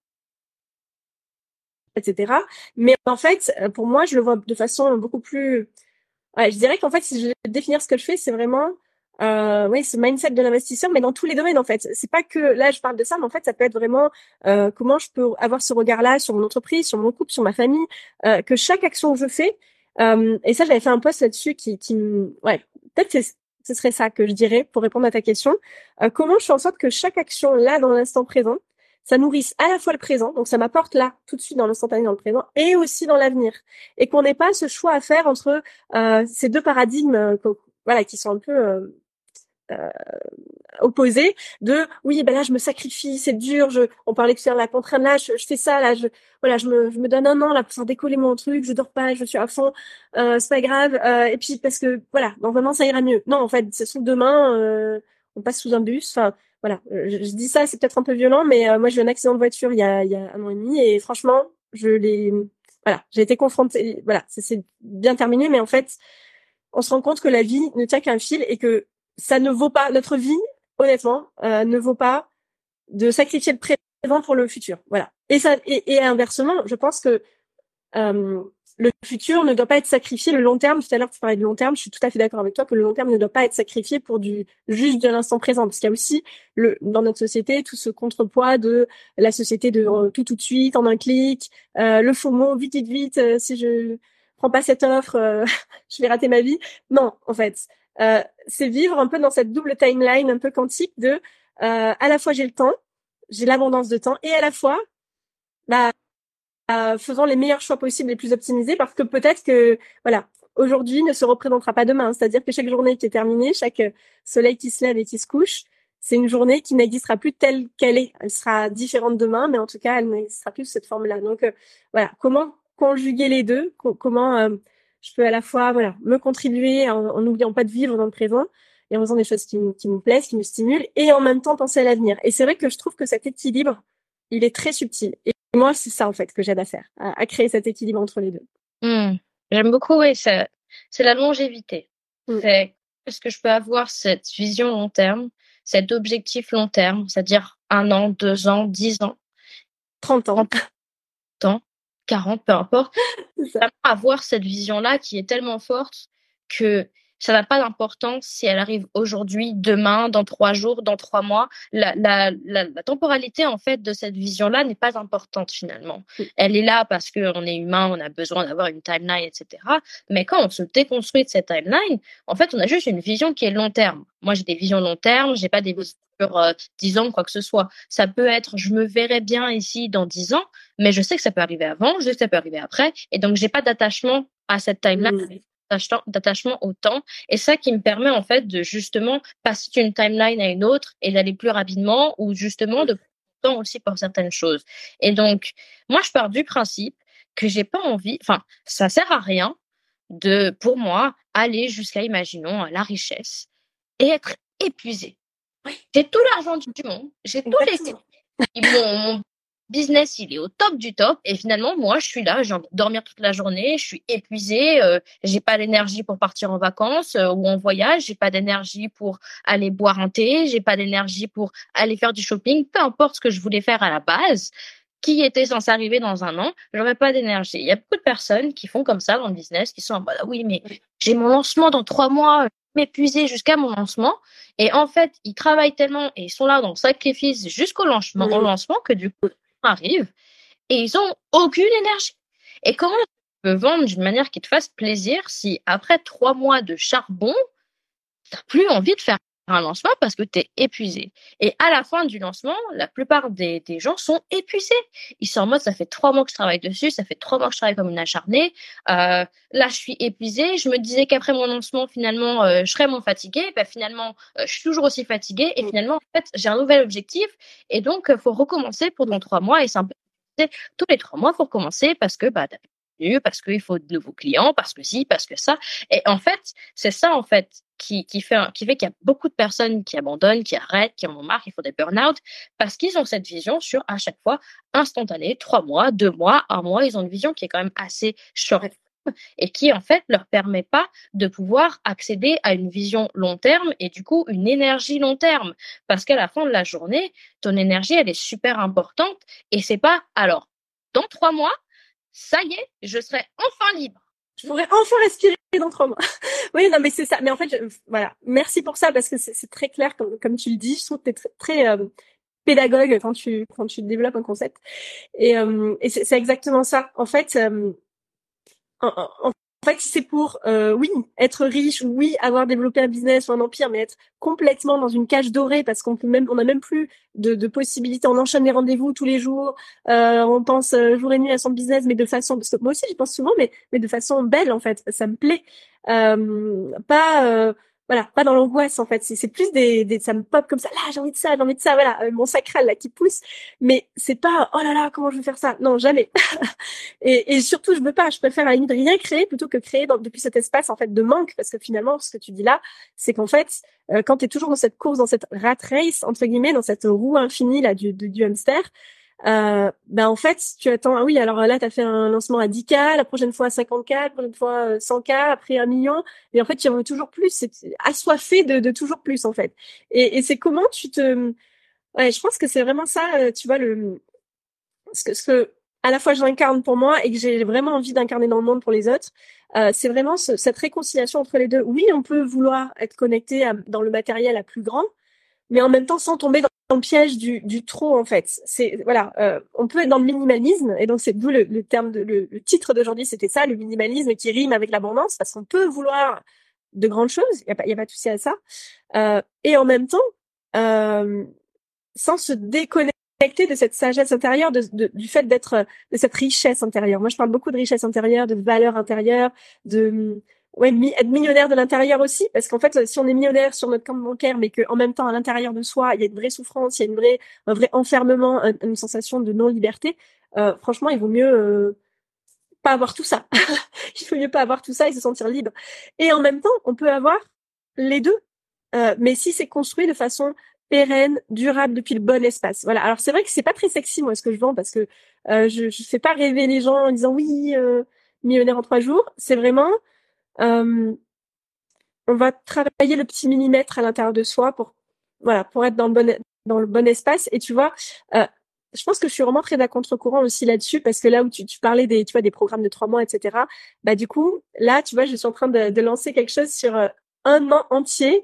et cetera. Mais en fait, euh, pour moi, je le vois de façon beaucoup plus. Ouais, je dirais qu'en fait, si je vais définir ce que je fais, c'est vraiment euh, oui, ce mindset de l'investisseur, mais dans tous les domaines en fait. C'est pas que là je parle de ça, mais en fait ça peut être vraiment euh, comment je peux avoir ce regard-là sur mon entreprise, sur mon couple, sur ma famille, euh, que chaque action que je fais. Euh, et ça, j'avais fait un post là-dessus qui, qui, ouais, peut-être que ce serait ça que je dirais pour répondre à ta question. Euh, comment je fais en sorte que chaque action là dans l'instant présent, ça nourrisse à la fois le présent, donc ça m'apporte là tout de suite dans l'instantané, dans le présent, et aussi dans l'avenir, et qu'on n'ait pas ce choix à faire entre euh, ces deux paradigmes, euh, voilà, qui sont un peu euh, euh, opposés. De oui, ben là je me sacrifie, c'est dur. Je, on parlait tout à l'heure la contrainte là, je, je fais ça là, je, voilà, je me, je me donne un an là pour faire décoller mon truc, je dors pas, je suis à fond, euh, c'est pas grave. Euh, et puis parce que voilà, dans un an ça ira mieux. Non, en fait, c'est sûr que demain euh, on passe sous un bus. Enfin voilà, je, je dis ça, c'est peut-être un peu violent, mais euh, moi j'ai eu un accident de voiture il y a, il y a un an et demi et franchement, je l'ai, voilà, j'ai été confrontée. Voilà, ça s'est bien terminé, mais en fait on se rend compte que la vie ne tient qu'à un fil et que ça ne vaut pas, notre vie, honnêtement, euh, ne vaut pas de sacrifier le présent pour le futur. Voilà. Et ça, et, et inversement, je pense que euh, le futur ne doit pas être sacrifié. Le long terme, tout à l'heure tu parlais de long terme, je suis tout à fait d'accord avec toi que le long terme ne doit pas être sacrifié pour du juste de l'instant présent, parce qu'il y a aussi le dans notre société tout ce contrepoids de la société de euh, tout tout de suite en un clic, euh, le FOMO, vite vite vite, euh, si je prends pas cette offre, euh, je vais rater ma vie. Non, en fait, euh, c'est vivre un peu dans cette double timeline un peu quantique de euh, à la fois j'ai le temps, j'ai l'abondance de temps, et à la fois bah euh, faisant les meilleurs choix possibles, les plus optimisés, parce que peut-être que voilà, aujourd'hui ne se représentera pas demain. C'est-à-dire que chaque journée qui est terminée, chaque soleil qui se lève et qui se couche, c'est une journée qui n'existera plus telle qu'elle est. Elle sera différente demain, mais en tout cas, elle n'existera plus sous cette forme-là. Donc euh, voilà, comment conjuguer les deux, co- comment euh, je peux à la fois voilà me contribuer en n'oubliant pas de vivre dans le présent et en faisant des choses qui, qui me plaisent, qui me stimulent, et en même temps penser à l'avenir. Et c'est vrai que je trouve que cet équilibre, il est très subtil. Et moi, c'est ça en fait que j'aide à faire, à, à créer cet équilibre entre les deux. Mmh. J'aime beaucoup, oui, c'est, c'est la longévité. Mm. C'est est-ce que je peux avoir cette vision long terme, cet objectif long terme, c'est-à-dire un an, deux ans, dix ans, trente ans. trente ans, quarante, peu importe. C'est ça. Vraiment avoir cette vision-là qui est tellement forte que ça n'a pas d'importance si elle arrive aujourd'hui, demain, dans trois jours, dans trois mois. La, la, la, la temporalité, en fait, de cette vision-là n'est pas importante, finalement. Mm. Elle est là parce qu'on est humain, on a besoin d'avoir une timeline, et cetera. Mais quand on se déconstruit de cette timeline, en fait, on a juste une vision qui est long terme. Moi, j'ai des visions long terme, j'ai pas des visions sur euh, dix ans, quoi que ce soit. Ça peut être, je me verrais bien ici dans dix ans, mais je sais que ça peut arriver avant, je sais que ça peut arriver après, et donc j'ai pas d'attachement à cette timeline, mm. d'attachement au temps, et ça qui me permet en fait de justement passer d'une timeline à une autre et d'aller plus rapidement, ou justement de prendre le temps aussi pour certaines choses. Et donc moi je pars du principe que j'ai pas envie, enfin ça sert à rien de, pour moi, aller jusqu'à, imaginons, la richesse et être épuisée. Oui. J'ai tout l'argent du monde, j'ai tous les mon, mon business, il est au top du top. Et finalement, moi, je suis là, j'ai envie de dormir toute la journée, je suis épuisée, euh, j'ai pas l'énergie pour partir en vacances euh, ou en voyage, j'ai pas d'énergie pour aller boire un thé, j'ai pas d'énergie pour aller faire du shopping, peu importe ce que je voulais faire à la base, qui était censé arriver dans un an, j'aurais pas d'énergie. Il y a beaucoup de personnes qui font comme ça dans le business, qui sont en mode, ah oui, mais j'ai mon lancement dans trois mois, je vais m'épuiser jusqu'à mon lancement. Et en fait, ils travaillent tellement et ils sont là dans le sacrifice jusqu'au lancement, au lancement que du coup, arrivent et ils ont aucune énergie. Et comment tu peux vendre d'une manière qui te fasse plaisir si après trois mois de charbon, t'as plus envie de faire un lancement parce que t'es épuisé. Et à la fin du lancement, la plupart des, des gens sont épuisés. Ils sont en mode, ça fait trois mois que je travaille dessus, ça fait trois mois que je travaille comme une acharnée. Euh, là, je suis épuisée. Je me disais qu'après mon lancement, finalement, euh, je serais moins fatiguée. Ben, finalement, euh, je suis toujours aussi fatiguée. Et finalement, en fait, j'ai un nouvel objectif. Et donc, il faut recommencer pour dans trois mois. Et c'est un peu tous les trois mois, il faut recommencer parce que bah, t'as mieux, parce qu'il faut de nouveaux clients, parce que si, parce que ça. Et en fait, c'est ça, en fait, qui, qui fait, qui fait qu'il y a beaucoup de personnes qui abandonnent, qui arrêtent, qui en ont marre, qui font des burn-out, parce qu'ils ont cette vision sur, à chaque fois, instantanée, trois mois, deux mois, un mois. Ils ont une vision qui est quand même assez short et qui, en fait, leur permet pas de pouvoir accéder à une vision long terme et du coup, une énergie long terme. Parce qu'à la fin de la journée, ton énergie, elle est super importante et c'est pas, alors, dans trois mois, ça y est, je serai enfin libre. Je pourrais enfin respirer dans trois mois. Oui, non, mais c'est ça. Mais en fait, je, voilà. Merci pour ça parce que c'est, c'est très clair, comme, comme tu le dis. Je trouve que t'es très, très euh, pédagogue quand tu quand tu développes un concept. Et, euh, et c'est, c'est exactement ça. En fait, euh, en, en, en fait, si c'est pour, euh, oui, être riche, oui, avoir développé un business ou un empire, mais être complètement dans une cage dorée parce qu'on peut même, on n'a même plus de, de possibilités. On enchaîne les rendez-vous tous les jours. Euh, on pense euh, jour et nuit à son business, mais de façon, parce que moi aussi, j'y pense souvent, mais mais de façon belle en fait. Ça me plaît. Euh, pas euh, voilà, pas dans l'angoisse en fait. C'est, c'est plus des, des, ça me pop comme ça. Là, j'ai envie de ça, j'ai envie de ça. Voilà, euh, mon sacral là qui pousse. Mais c'est pas, oh là là, comment je vais faire ça? Non, jamais. et, et surtout, je veux pas. Je préfère à la limite rien créer plutôt que créer dans, depuis cet espace en fait de manque, parce que finalement, ce que tu dis là, c'est qu'en fait, euh, quand t'es toujours dans cette course, dans cette rat race entre guillemets, dans cette roue infinie là du, du, du hamster. Euh, ben en fait, tu attends, ah oui, alors là, tu as fait un lancement à dix K, la prochaine fois à cinquante K, la prochaine fois cent K, après un million, et en fait, tu en veux toujours plus, c'est assoiffé de, de toujours plus, en fait. Et, et c'est comment tu te... Ouais, je pense que c'est vraiment ça, euh, tu vois, le ce que, ce que à la fois j'incarne pour moi et que j'ai vraiment envie d'incarner dans le monde pour les autres, euh, c'est vraiment ce, cette réconciliation entre les deux. Oui, on peut vouloir être connecté à, dans le matériel à plus grand, mais en même temps sans tomber dans le piège du, du trop en fait. C'est voilà, euh, on peut être dans le minimalisme et donc c'est d'où le, le terme de le, le titre d'aujourd'hui, c'était ça, le minimalisme qui rime avec l'abondance parce qu'on peut vouloir de grandes choses, il y a pas il y a pas de souci à ça, euh, et en même temps euh, sans se déconnecter de cette sagesse intérieure, de, de, du fait d'être de cette richesse intérieure. Moi, je parle beaucoup de richesse intérieure, de valeur intérieure, de ouais, mi- être millionnaire de l'intérieur aussi, parce qu'en fait, si on est millionnaire sur notre compte bancaire, mais qu'en même temps, à l'intérieur de soi, il y a une vraie souffrance, il y a une vraie, un vrai enfermement, un, une sensation de non-liberté, euh, franchement, il vaut mieux euh, pas avoir tout ça. Il vaut mieux pas avoir tout ça et se sentir libre. Et en même temps, on peut avoir les deux, euh, mais si c'est construit de façon pérenne, durable, depuis le bon espace. Voilà. Alors c'est vrai que c'est pas très sexy moi ce que je vends parce que euh, je je fais pas rêver les gens en disant oui euh, millionnaire en trois jours. C'est vraiment euh, on va travailler le petit millimètre à l'intérieur de soi pour voilà pour être dans le bon dans le bon espace. Et tu vois, euh, je pense que je suis vraiment très à contre-courant aussi là-dessus parce que là où tu, tu parlais des tu vois des programmes de trois mois, et cetera. Bah du coup là tu vois je suis en train de, de lancer quelque chose sur euh, un an entier.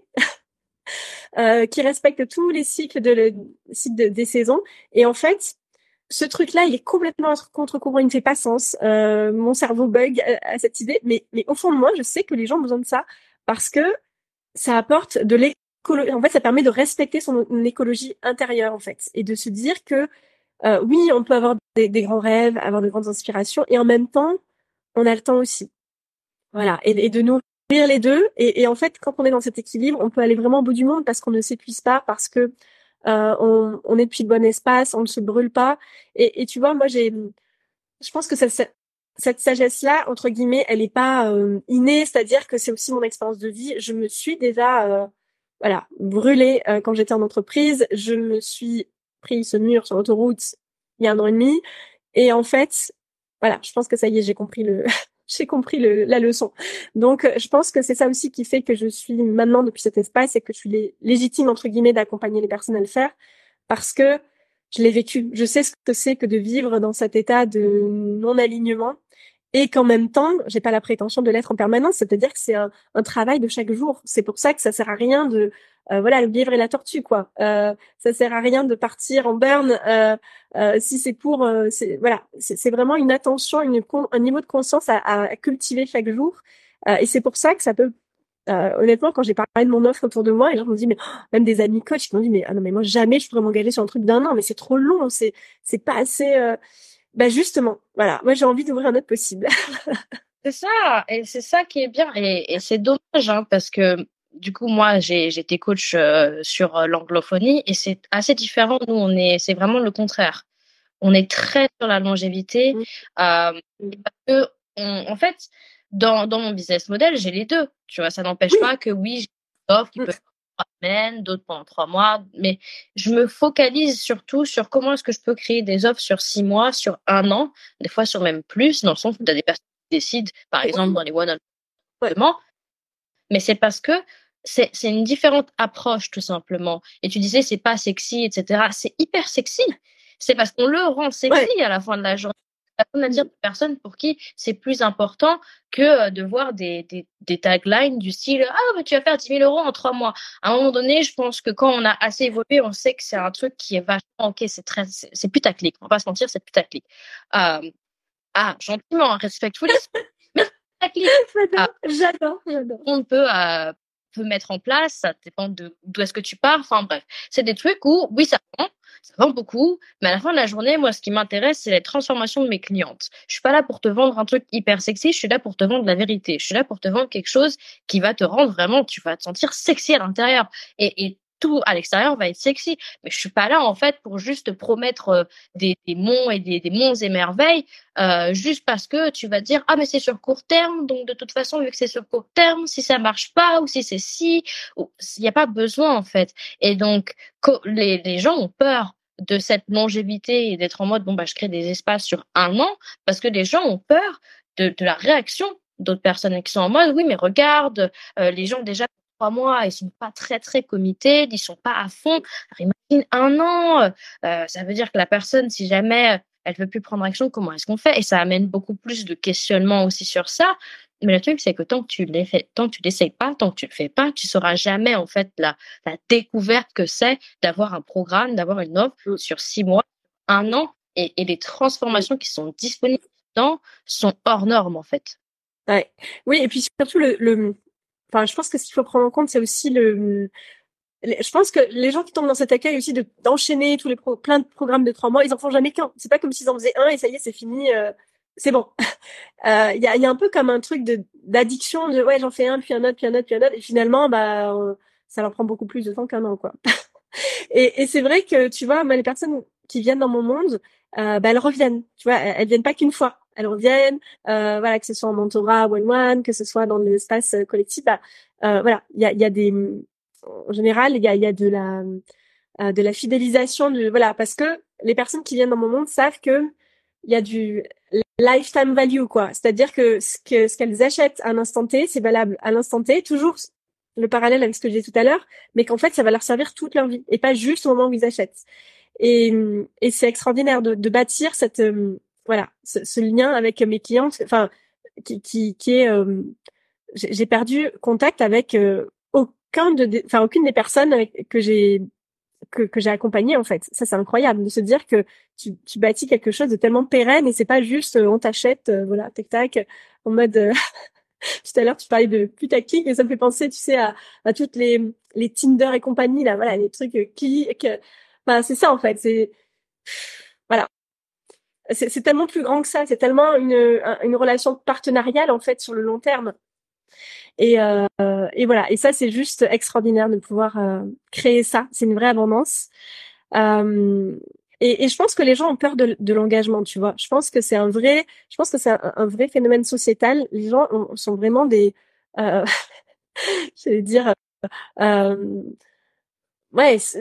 Euh, qui respecte tous les cycles de, le, cycle de des saisons. Et en fait, ce truc-là, il est complètement à contre-courant, il ne fait pas sens. Euh, mon cerveau bug à, à cette idée, mais, mais au fond de moi, je sais que les gens ont besoin de ça parce que ça apporte de l'écologie. En fait, ça permet de respecter son écologie intérieure, en fait, et de se dire que euh, oui, on peut avoir des, des grands rêves, avoir de grandes inspirations, et en même temps, on a le temps aussi. Voilà, et, et de nourrir les deux. Et, et en fait, quand on est dans cet équilibre, on peut aller vraiment au bout du monde parce qu'on ne s'épuise pas, parce que euh, on, on est depuis le bon espace, on ne se brûle pas. Et, et tu vois, moi, j'ai, je pense que ça, ça, cette sagesse-là, entre guillemets, elle est pas euh, innée, c'est-à-dire que c'est aussi mon expérience de vie. Je me suis déjà, euh, voilà, brûlée euh, quand j'étais en entreprise. Je me suis pris ce mur sur l'autoroute il y a un an et demi. Et en fait, voilà, je pense que ça y est, j'ai compris le, j'ai compris le, la leçon. Donc, je pense que c'est ça aussi qui fait que je suis maintenant depuis cet espace et que je suis lé- légitime, entre guillemets, d'accompagner les personnes à le faire parce que je l'ai vécu. Je sais ce que c'est que de vivre dans cet état de non-alignement et qu'en même temps, j'ai pas la prétention de l'être en permanence. C'est-à-dire que c'est un, un travail de chaque jour. C'est pour ça que ça sert à rien de, euh, voilà, le lièvre et la tortue, quoi. Euh, ça sert à rien de partir en burn euh, euh, si c'est pour, euh, c'est, voilà, c'est, c'est vraiment une attention, une con- un niveau de conscience à, à cultiver chaque jour. Euh, et c'est pour ça que ça peut, euh, honnêtement, quand j'ai parlé de mon offre autour de moi, et les gens m'ont dit, mais oh, même des amis coachs qui m'ont dit, mais ah non, mais moi jamais je pourrais m'engager sur un truc d'un an, mais c'est trop long, c'est, c'est pas assez. Euh... Bah justement, voilà, moi j'ai envie d'ouvrir un autre possible. C'est ça, et c'est ça qui est bien, et, et c'est dommage, hein, parce que du coup, moi, j'ai j'étais coach euh, sur euh, l'anglophonie, et c'est assez différent. Nous, on est, c'est vraiment le contraire. On est très sur la longévité, Mm. euh, parce que, on, en fait, dans dans mon business model, j'ai les deux. Tu vois, ça n'empêche Oui. pas que oui, j'ai des offres qui Mm. peuvent être trois semaines, d'autres pendant trois mois, mais je me focalise surtout sur comment est-ce que je peux créer des offres sur six mois, sur un an, des fois sur même plus, dans le sens où tu as des personnes qui décident, par exemple, dans les one-on-one, Ouais. mais c'est parce que c'est c'est une différente approche, tout simplement. Et tu disais, c'est pas sexy, et cetera. C'est hyper sexy. C'est parce qu'on le rend sexy Ouais. à la fin de la journée. On a dire de personnes pour qui c'est plus important que de voir des, des, des taglines du style ah bah tu vas faire dix mille euros en trois mois. À un moment donné, je pense que quand on a assez évolué, on sait que c'est un truc qui est vachement ok, c'est très c'est, c'est putaclic. On va pas se mentir, c'est putaclic. Euh, ah gentiment, respectfully, mais c'est putaclic. J'adore, j'adore, j'adore. On peut euh, peut mettre en place, ça dépend de d'où est-ce que tu pars. Enfin bref, c'est des trucs où oui ça vend, ça vend beaucoup, mais à la fin de la journée, moi ce qui m'intéresse c'est la transformation de mes clientes. Je suis pas là pour te vendre un truc hyper sexy, je suis là pour te vendre la vérité. Je suis là pour te vendre quelque chose qui va te rendre vraiment, tu vas te sentir sexy à l'intérieur et, et tout à l'extérieur va être sexy. Mais je suis pas là en fait pour juste te promettre euh, des, des monts et des, des monts et merveilles euh, juste parce que tu vas dire ah mais c'est sur court terme, donc de toute façon vu que c'est sur court terme, si ça marche pas ou si c'est si, il n'y a pas besoin en fait. Et donc les, les gens ont peur de cette longévité et d'être en mode bon bah je crée des espaces sur un an parce que les gens ont peur de, de la réaction d'autres personnes qui sont en mode oui mais regarde euh, les gens déjà trois mois ils sont pas très très committés, ils sont pas à fond. Alors, imagine un an, euh, ça veut dire que la personne si jamais elle veut plus prendre action, comment est-ce qu'on fait? Et ça amène beaucoup plus de questionnements aussi sur ça. Mais le truc, c'est que tant que tu l'es fait, tant que tu l'essayes pas, tant que tu le fais pas, tu sauras jamais, en fait, la, la découverte que c'est d'avoir un programme, d'avoir une offre sur six mois, un an, et, et les transformations qui sont disponibles dedans sont hors normes, en fait. Ouais. Oui, et puis surtout le, le, enfin, je pense que ce qu'il faut prendre en compte, c'est aussi le, je pense que les gens qui tombent dans cet accueil aussi de d'enchaîner tous les pro, plein de programmes de trois mois, ils en font jamais qu'un. C'est pas comme s'ils en faisaient un et ça y est, c'est fini, euh, c'est bon. Il euh, y a, y a un peu comme un truc de d'addiction de ouais, j'en fais un puis un autre puis un autre puis un autre et finalement bah euh, ça leur prend beaucoup plus de temps qu'un an quoi. et et c'est vrai que tu vois, bah, les personnes qui viennent dans mon monde, euh, bah elles reviennent. Tu vois, elles, elles viennent pas qu'une fois. Elles reviennent, euh, voilà, que ce soit en mentorat one-one, que ce soit dans l'espace collectif, bah euh, voilà, il y a il y a des en général, il y a, il y a de la, euh, de la fidélisation, de, voilà, parce que les personnes qui viennent dans mon monde savent que il y a du lifetime value, quoi. C'est-à-dire que ce que, ce qu'elles achètent à un instant T, c'est valable à l'instant T, toujours le parallèle avec ce que j'ai dit tout à l'heure, mais qu'en fait, ça va leur servir toute leur vie et pas juste au moment où ils achètent. Et, et c'est extraordinaire de, de bâtir cette, euh, voilà, ce, ce lien avec mes clientes, enfin, qui, qui, qui est, euh, j'ai perdu contact avec euh, aucun de, enfin aucune des personnes avec, que j'ai que, que j'ai accompagné en fait. Ça c'est incroyable de se dire que tu, tu bâtis quelque chose de tellement pérenne et c'est pas juste euh, on t'achète, euh, voilà, tac tac, en mode. Euh, tout à l'heure tu parlais de putaclic et ça me fait penser, tu sais, à, à toutes les les Tinder et compagnie là, voilà, les trucs euh, clics. Enfin c'est ça en fait, c'est voilà. C'est, c'est tellement plus grand que ça. C'est tellement une une relation partenariale en fait sur le long terme. Et, euh, et voilà. Et ça, c'est juste extraordinaire de pouvoir euh, créer ça. C'est une vraie abondance. Euh, et, et je pense que les gens ont peur de, de l'engagement, tu vois. Je pense que c'est un vrai, je pense que c'est un, un vrai phénomène sociétal. Les gens ont, sont vraiment des, euh, j'allais dire, euh, ouais, c'est,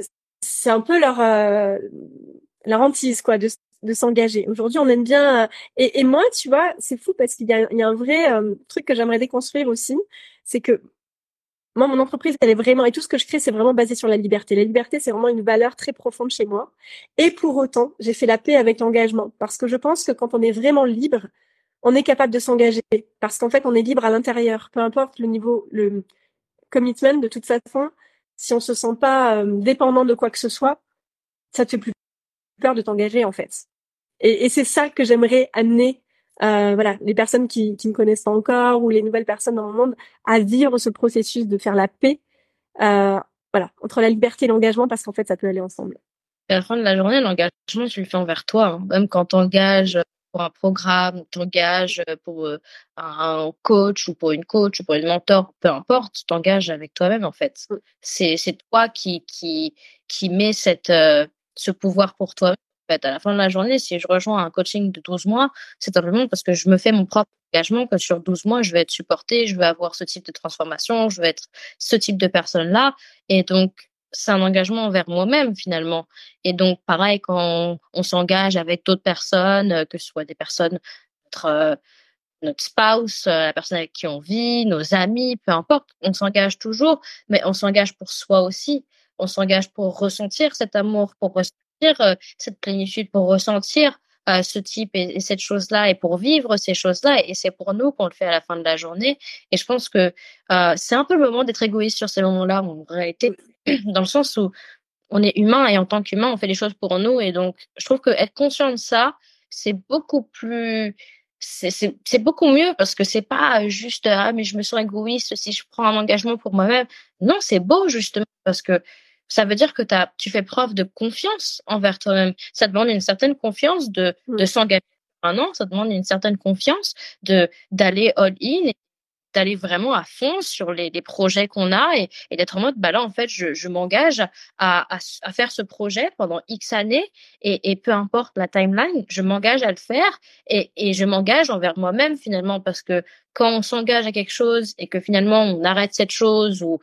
c'est un peu leur euh, leur hantise, quoi, de de s'engager. Aujourd'hui, on aime bien. Euh, et, et moi, tu vois, c'est fou parce qu'il y a, il y a un vrai euh, truc que j'aimerais déconstruire aussi, c'est que moi, mon entreprise, elle est vraiment, et tout ce que je crée, c'est vraiment basé sur la liberté. La liberté, c'est vraiment une valeur très profonde chez moi. Et pour autant, j'ai fait la paix avec l'engagement. Parce que je pense que quand on est vraiment libre, on est capable de s'engager. Parce qu'en fait, on est libre à l'intérieur. Peu importe le niveau, le commitment, de toute façon, si on se sent pas euh, dépendant de quoi que ce soit, ça te fait plus peur de t'engager, en fait. Et, et c'est ça que j'aimerais amener, euh, voilà, les personnes qui, qui me connaissent pas encore ou les nouvelles personnes dans le monde à vivre ce processus de faire la paix, euh, voilà, entre la liberté et l'engagement, parce qu'en fait, ça peut aller ensemble. Et à la fin de la journée, l'engagement, tu le fais envers toi, hein. Même quand t'engages pour un programme, t'engages pour euh, un coach ou pour une coach ou pour une mentor, peu importe, tu t'engages avec toi-même, en fait. Mm. C'est, c'est toi qui, qui, qui met cette, euh, ce pouvoir pour toi. En fait, à la fin de la journée, si je rejoins un coaching de douze mois, c'est simplement parce que je me fais mon propre engagement que sur douze mois, je vais être supportée, je vais avoir ce type de transformation, je vais être ce type de personne-là. Et donc, c'est un engagement envers moi-même, finalement. Et donc, pareil, quand on, on s'engage avec d'autres personnes, euh, que ce soit des personnes, notre, euh, notre spouse, euh, la personne avec qui on vit, nos amis, peu importe, on s'engage toujours, mais on s'engage pour soi aussi. On s'engage pour ressentir cet amour, pour ressentir euh, cette plénitude, pour ressentir euh, ce type et, et cette chose-là, et pour vivre ces choses-là. Et c'est pour nous qu'on le fait à la fin de la journée. Et je pense que euh, c'est un peu le moment d'être égoïste sur ces moments-là, en réalité, dans le sens où on est humain et en tant qu'humain, on fait les choses pour nous. Et donc, je trouve que être conscient de ça, c'est beaucoup plus, c'est, c'est, c'est beaucoup mieux parce que c'est pas juste, ah, mais je me sens égoïste si je prends un engagement pour moi-même. Non, c'est beau, justement, parce que ça veut dire que t'as, tu fais preuve de confiance envers toi-même. Ça demande une certaine confiance de, de Mm. s'engager maintenant. Ça demande une certaine confiance de, d'aller all-in, d'aller vraiment à fond sur les, les projets qu'on a et, et d'être en mode, bah là, en fait, je, je m'engage à, à, à faire ce projet pendant X années et, et peu importe la timeline, je m'engage à le faire et, et je m'engage envers moi-même finalement parce que quand on s'engage à quelque chose et que finalement on arrête cette chose ou,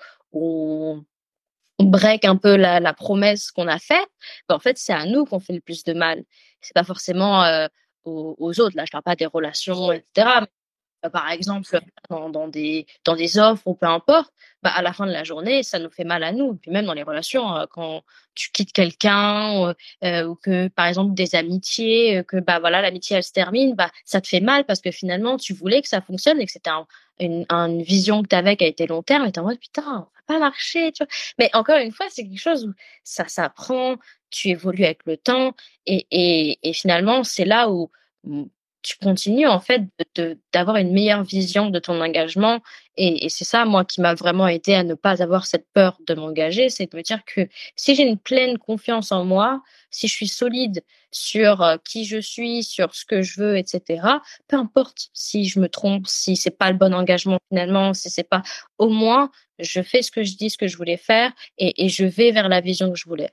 ou on, on break un peu la, la promesse qu'on a faite, bah en fait, c'est à nous qu'on fait le plus de mal. C'est pas forcément euh, aux, aux autres. Là, je parle pas des relations, et cetera euh, par exemple dans, dans des dans des offres ou peu importe, bah à la fin de la journée, ça nous fait mal à nous. Puis même dans les relations, euh, quand tu quittes quelqu'un euh, euh, ou que par exemple des amitiés, euh, que bah voilà l'amitié elle se termine, bah ça te fait mal parce que finalement tu voulais que ça fonctionne et que c'était un, une, une vision que tu avais qui a été long terme et t'es en mode putain, ça va pas marcher, tu vois. Mais encore une fois, c'est quelque chose où ça s'apprend, tu évolues avec le temps et et, et finalement c'est là où tu continues en fait de, de- d'avoir une meilleure vision de ton engagement et, et c'est ça moi qui m'a vraiment aidé à ne pas avoir cette peur de m'engager, c'est de me dire que si j'ai une pleine confiance en moi, si je suis solide sur euh, qui je suis, sur ce que je veux, et cetera. Peu importe si je me trompe, si c'est pas le bon engagement finalement, si c'est pas, au moins je fais ce que je dis, ce que je voulais faire et, et je vais vers la vision que je voulais.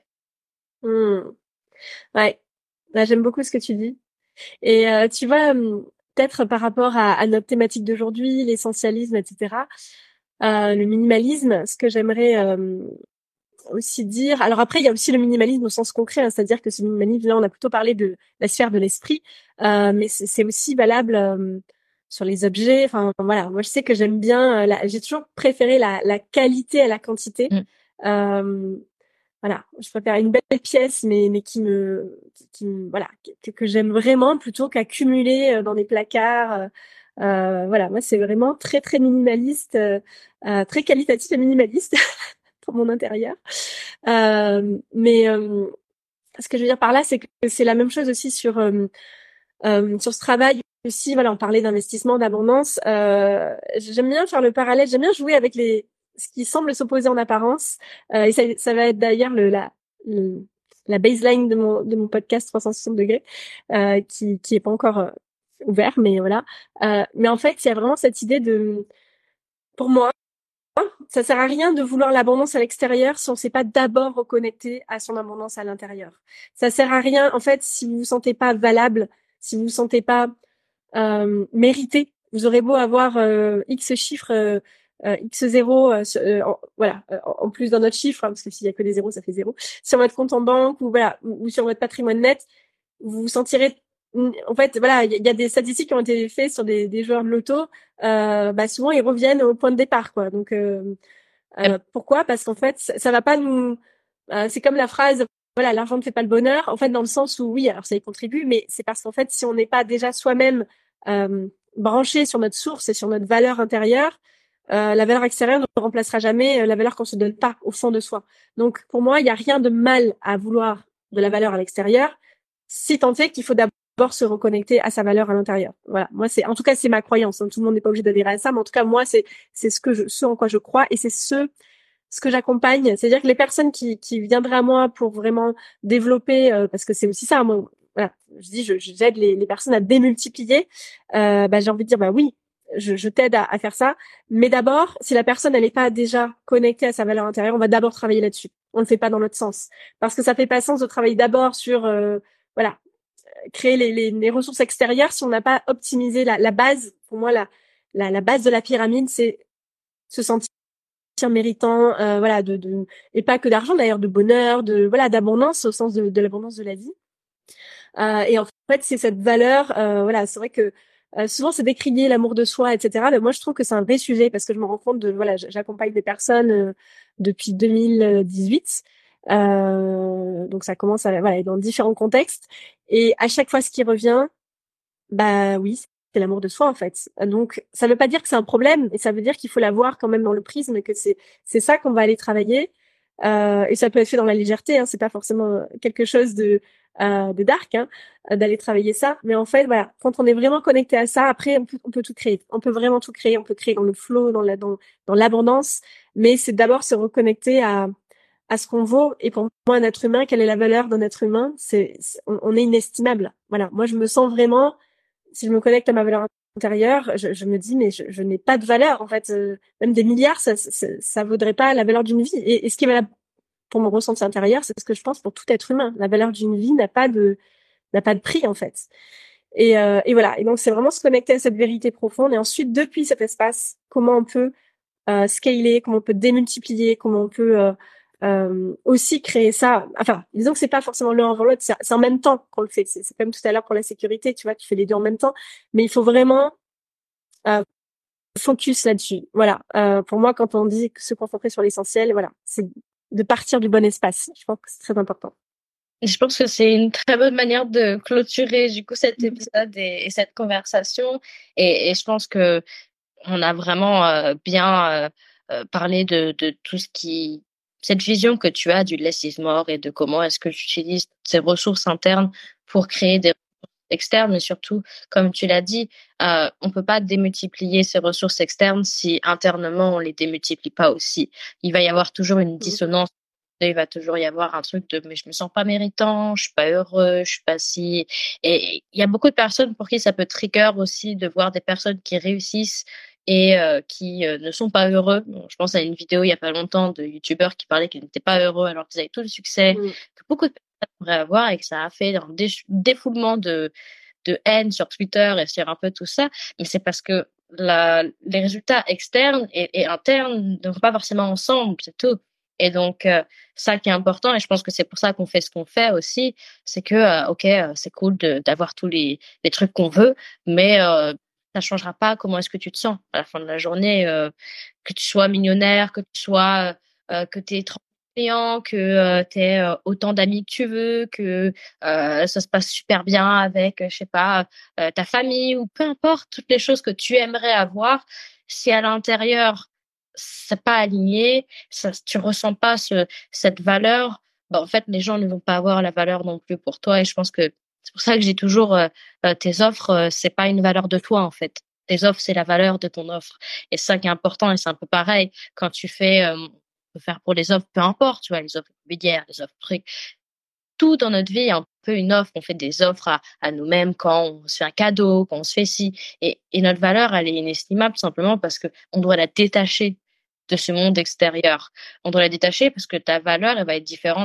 Mm. Ouais. Là, j'aime beaucoup ce que tu dis. Et euh, tu vois, hum, peut-être par rapport à, à notre thématique d'aujourd'hui, l'essentialisme, et cetera, euh, le minimalisme, ce que j'aimerais euh, aussi dire. Alors après, il y a aussi le minimalisme au sens concret, hein, c'est-à-dire que ce minimalisme, là, on a plutôt parlé de la sphère de l'esprit, euh, mais c'est c'est aussi valable euh, sur les objets. Enfin voilà, moi je sais que j'aime bien. euh, la- J'ai toujours préféré la, la qualité à la quantité. Mm. Euh, voilà, je préfère une belle pièce, mais mais qui me, qui, qui me- voilà, que, que j'aime vraiment plutôt qu'accumuler euh, dans des placards. euh, euh, voilà, moi c'est vraiment très très minimaliste, euh, euh, très qualitatif et minimaliste pour mon intérieur. Euh, mais euh, ce que je veux dire par là, c'est que c'est la même chose aussi sur euh, euh, sur ce travail aussi. Voilà, on parlait d'investissement, d'abondance. Euh, j'aime bien faire le parallèle. J'aime bien jouer avec les ce qui semble s'opposer en apparence. Euh, et ça, ça va être d'ailleurs le la le, la baseline de mon de mon podcast trois cent soixante degrés, euh, qui qui est pas encore euh, ouvert, mais voilà. Euh, mais en fait, il y a vraiment cette idée de, pour moi, ça sert à rien de vouloir l'abondance à l'extérieur si on ne s'est pas d'abord reconnecter à son abondance à l'intérieur. Ça sert à rien, en fait, si vous vous sentez pas valable, si vous vous sentez pas euh, mérité. Vous aurez beau avoir euh, X chiffres euh, euh, X zéro, euh, euh, en, voilà, euh, en plus dans notre chiffre, hein, parce que s'il y a que des zéros, ça fait zéro, sur votre compte en banque ou voilà, ou, ou sur votre patrimoine net, vous vous sentirez, en fait, voilà, il y, y a des statistiques qui ont été faites sur des, des joueurs de loto, euh, bah souvent ils reviennent au point de départ, quoi. Donc euh, euh, pourquoi? Parce qu'en fait, ça, ça va pas nous, euh, c'est comme la phrase, voilà, l'argent ne fait pas le bonheur. En fait, dans le sens où oui, alors ça y contribue, mais c'est parce qu'en fait, si on n'est pas déjà soi-même euh, branché sur notre source et sur notre valeur intérieure, euh, la valeur extérieure ne remplacera jamais euh, la valeur qu'on se donne pas au fond de soi. Donc, pour moi, il n'y a rien de mal à vouloir de la valeur à l'extérieur, si tant est qu'il faut d'abord se reconnecter à sa valeur à l'intérieur. Voilà. Moi, c'est, en tout cas, c'est ma croyance. Hein. Tout le monde n'est pas obligé d'adhérer à ça, mais en tout cas, moi, c'est, c'est ce que je, ce en quoi je crois et c'est ce, ce que j'accompagne. C'est-à-dire que les personnes qui, qui viendraient à moi pour vraiment développer, euh, parce que c'est aussi ça, moi, voilà, je dis, je, j'aide les, les personnes à démultiplier. Euh, bah, j'ai envie de dire, bah oui, je, je t'aide à, à faire ça. Mais d'abord, si la personne elle n'est pas déjà connectée à sa valeur intérieure, on va d'abord travailler là-dessus. On ne le fait pas dans l'autre sens, parce que ça fait pas sens de travailler d'abord sur, euh, voilà, créer les, les, les ressources extérieures si on n'a pas optimisé la, la base. Pour moi, la, la, la base de la pyramide, c'est se sentir méritant, euh, voilà, de, de, et pas que d'argent d'ailleurs, de bonheur, de, voilà, d'abondance au sens de, de l'abondance de la vie. Euh, et en fait, c'est cette valeur, euh, voilà, c'est vrai que euh, souvent c'est décrier l'amour de soi, et cetera. Mais moi, je trouve que c'est un vrai sujet parce que je me rends compte de, voilà, j'accompagne des personnes euh, depuis deux mille dix-huit. Euh, donc ça commence à, voilà, dans différents contextes. Et à chaque fois, ce qui revient, bah oui, c'est l'amour de soi en fait. Donc ça veut pas dire que c'est un problème, et ça veut dire qu'il faut l'avoir quand même dans le prisme et que c'est c'est ça qu'on va aller travailler. Euh, et ça peut être fait dans la légèreté, hein, c'est pas forcément quelque chose de euh, de dark, hein, d'aller travailler ça. Mais en fait, voilà, quand on est vraiment connecté à ça, après on peut, on peut tout créer. On peut vraiment tout créer. On peut créer dans le flow, dans la dans dans l'abondance. Mais c'est d'abord se reconnecter à à ce qu'on vaut. Et pour moi, un être humain, quelle est la valeur d'un être humain? C'est, c'est on, on est inestimable. Voilà, moi je me sens vraiment, si je me connecte à ma valeur intérieure, je, je me dis mais je, je n'ai pas de valeur en fait. Euh, même des milliards, ça, ça, ça vaudrait pas la valeur d'une vie. Et, et ce qui est valable pour mon ressenti intérieur, c'est ce que je pense pour tout être humain. La valeur d'une vie n'a pas de n'a pas de prix en fait. Et, euh, et voilà. Et donc c'est vraiment se connecter à cette vérité profonde. Et ensuite, depuis cet espace, comment on peut euh, scaler, comment on peut démultiplier, comment on peut euh, euh, aussi créer ça. Enfin, disons que c'est pas forcément l'un avant l'autre, c'est, c'est en même temps qu'on le fait. C'est, c'est comme tout à l'heure pour la sécurité, tu vois, tu fais les deux en même temps, mais il faut vraiment euh, focus là-dessus. Voilà. Euh, pour moi, quand on dit se concentrer sur l'essentiel, voilà, c'est de partir du bon espace. Je pense que c'est très important. Je pense que c'est une très bonne manière de clôturer du coup cet épisode et, et cette conversation. Et, et je pense que on a vraiment euh, bien euh, euh, parlé de, de tout ce qui, cette vision que tu as du less is more et de comment est-ce que tu utilises ces ressources internes pour créer des ressources externes, mais surtout, comme tu l'as dit, euh, on peut pas démultiplier ces ressources externes si internement on les démultiplie pas aussi. Il va y avoir toujours une dissonance. Il va toujours y avoir un truc de mais je me sens pas méritant, je suis pas heureux, je suis pas si. Et il y a beaucoup de personnes pour qui ça peut trigger aussi de voir des personnes qui réussissent et euh, qui euh, ne sont pas heureux. Bon, je pense à une vidéo il y a pas longtemps de youtubeurs qui parlaient qu'ils n'étaient pas heureux alors qu'ils avaient tout le succès Mm. que beaucoup de personnes pourraient avoir et que ça a fait un dé- défoulement de de haine sur Twitter et sur un peu tout ça. Mais c'est parce que la, les résultats externes et, et internes ne vont pas forcément ensemble, c'est tout. Et donc, euh, ça qui est important, et je pense que c'est pour ça qu'on fait ce qu'on fait aussi, c'est que, euh, ok, euh, c'est cool de, d'avoir tous les, les trucs qu'on veut, mais euh, ça changera pas comment est-ce que tu te sens à la fin de la journée, euh, que tu sois millionnaire, que tu sois, euh, que tu es trente clients, que euh, tu aies euh, autant d'amis que tu veux, que euh, ça se passe super bien avec, je sais pas, euh, ta famille ou peu importe, toutes les choses que tu aimerais avoir, si à l'intérieur c'est pas aligné, ça, tu ressens pas ce, cette valeur, bah, en fait, les gens ne vont pas avoir la valeur non plus pour toi. Et je pense que c'est pour ça que j'ai toujours euh, euh, tes offres, euh, c'est pas une valeur de toi en fait. Tes offres, c'est la valeur de ton offre. Et c'est ça qui est important. Et c'est un peu pareil quand tu fais, euh, on peut faire pour les offres, peu importe, tu vois, les offres immobilières, les offres trucs. Tout dans notre vie est un peu une offre. On fait des offres à, à nous-mêmes quand on se fait un cadeau, quand on se fait ci. Et, et notre valeur, elle est inestimable simplement parce que on doit la détacher de ce monde extérieur. On doit la détacher parce que ta valeur, elle va être différente pour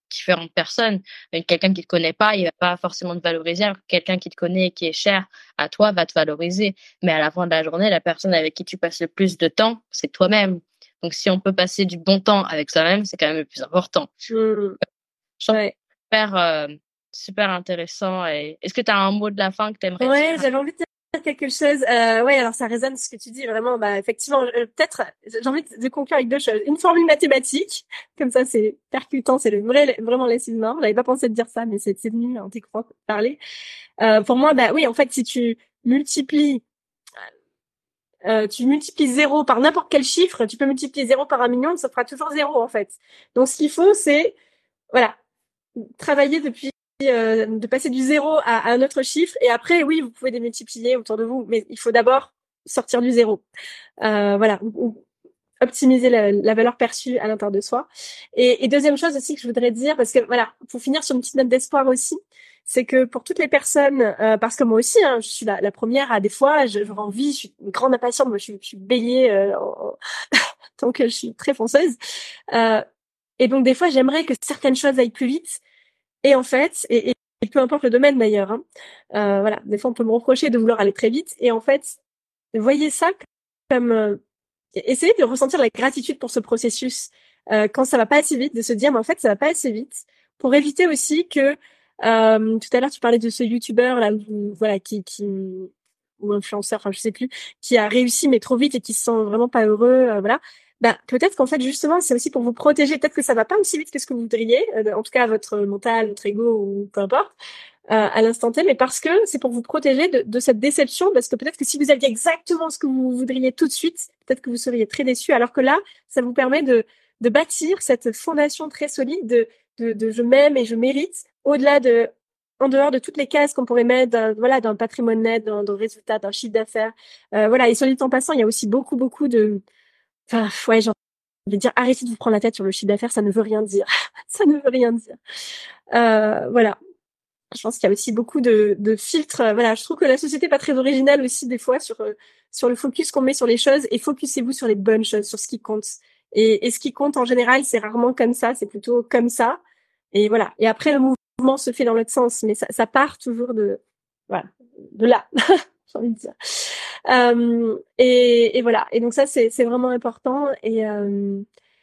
différentes personnes. Quelqu'un qui te connaît pas, il va pas forcément te valoriser. Alors que quelqu'un qui te connaît et qui est cher à toi va te valoriser. Mais à la fin de la journée, la personne avec qui tu passes le plus de temps, c'est toi-même. Donc, si on peut passer du bon temps avec soi-même, c'est quand même le plus important. Mmh. Je trouve Ouais. super, euh, super intéressant. Et est-ce que tu as un mot de la fin que tu aimerais Ouais, dire? j'avais envie de dire quelque chose. Euh, ouais, alors ça résonne ce que tu dis vraiment. Bah, effectivement, euh, peut-être, j'ai envie de conclure avec deux choses. Une formule mathématique, comme ça, c'est percutant, c'est le vrai, vraiment l'acide mort. J'avais pas pensé de dire ça, mais c'est c'est venu en t'écoutant parler. Euh, pour moi, bah oui, en fait, si tu multiplies Euh, tu multiplies zéro par n'importe quel chiffre, tu peux multiplier zéro par un million, ça fera toujours zéro en fait. Donc ce qu'il faut, c'est voilà, travailler depuis euh, de passer du zéro à, à un autre chiffre, et après oui, vous pouvez démultiplier autour de vous, mais il faut d'abord sortir du zéro. Euh, voilà, ou, ou optimiser la, la valeur perçue à l'intérieur de soi. Et, et deuxième chose aussi que je voudrais dire, parce que voilà, pour finir sur une petite note d'espoir aussi, c'est que pour toutes les personnes, euh, parce que moi aussi, hein, je suis la, la première à des fois, je- j'aurais envie, je suis une grande impatiente, moi je suis, je suis bélier, euh, en- tant que je suis très fonceuse. Euh, et donc des fois, j'aimerais que certaines choses aillent plus vite. Et en fait, et, et, et peu importe le domaine d'ailleurs, hein, euh, voilà, des fois on peut me reprocher de vouloir aller très vite. Et en fait, voyez ça comme euh, essayez de ressentir la gratitude pour ce processus euh, quand ça va pas assez vite, de se dire mais en fait ça va pas assez vite, pour éviter aussi que euh, tout à l'heure tu parlais de ce youtubeur là où, voilà qui qui ou influenceur, enfin je sais plus, qui a réussi mais trop vite et qui se sent vraiment pas heureux, euh, voilà. Bah peut-être qu'en fait justement c'est aussi pour vous protéger, peut-être que ça va pas aussi vite que ce que vous voudriez, euh, en tout cas votre mental, votre ego ou peu importe. Euh, à l'instant T, mais parce que c'est pour vous protéger de, de cette déception, parce que peut-être que si vous aviez exactement ce que vous voudriez tout de suite, peut-être que vous seriez très déçu, alors que là, ça vous permet de, de bâtir cette fondation très solide de, de, de je m'aime et je mérite, au-delà de, en dehors de toutes les cases qu'on pourrait mettre, d'un, voilà, d'un patrimoine net, d'un, d'un résultat, d'un chiffre d'affaires. Euh, voilà, et sur le temps passant, il y a aussi beaucoup, beaucoup de, enfin, ouais, genre, je vais dire, arrêtez de vous prendre la tête sur le chiffre d'affaires, ça ne veut rien dire. Ça ne veut rien dire. Euh, voilà. Je pense qu'il y a aussi beaucoup de, de filtres. Voilà, je trouve que la société est pas très originale aussi des fois sur euh, sur le focus qu'on met sur les choses, et focussez-vous sur les bonnes choses, sur ce qui compte. Et, et ce qui compte en général, c'est rarement comme ça, c'est plutôt comme ça. Et voilà. Et après, le mouvement se fait dans l'autre sens, mais ça, ça part toujours de voilà, de là. J'ai envie de dire. Euh, et, et voilà. Et donc ça, c'est c'est vraiment important. Et euh,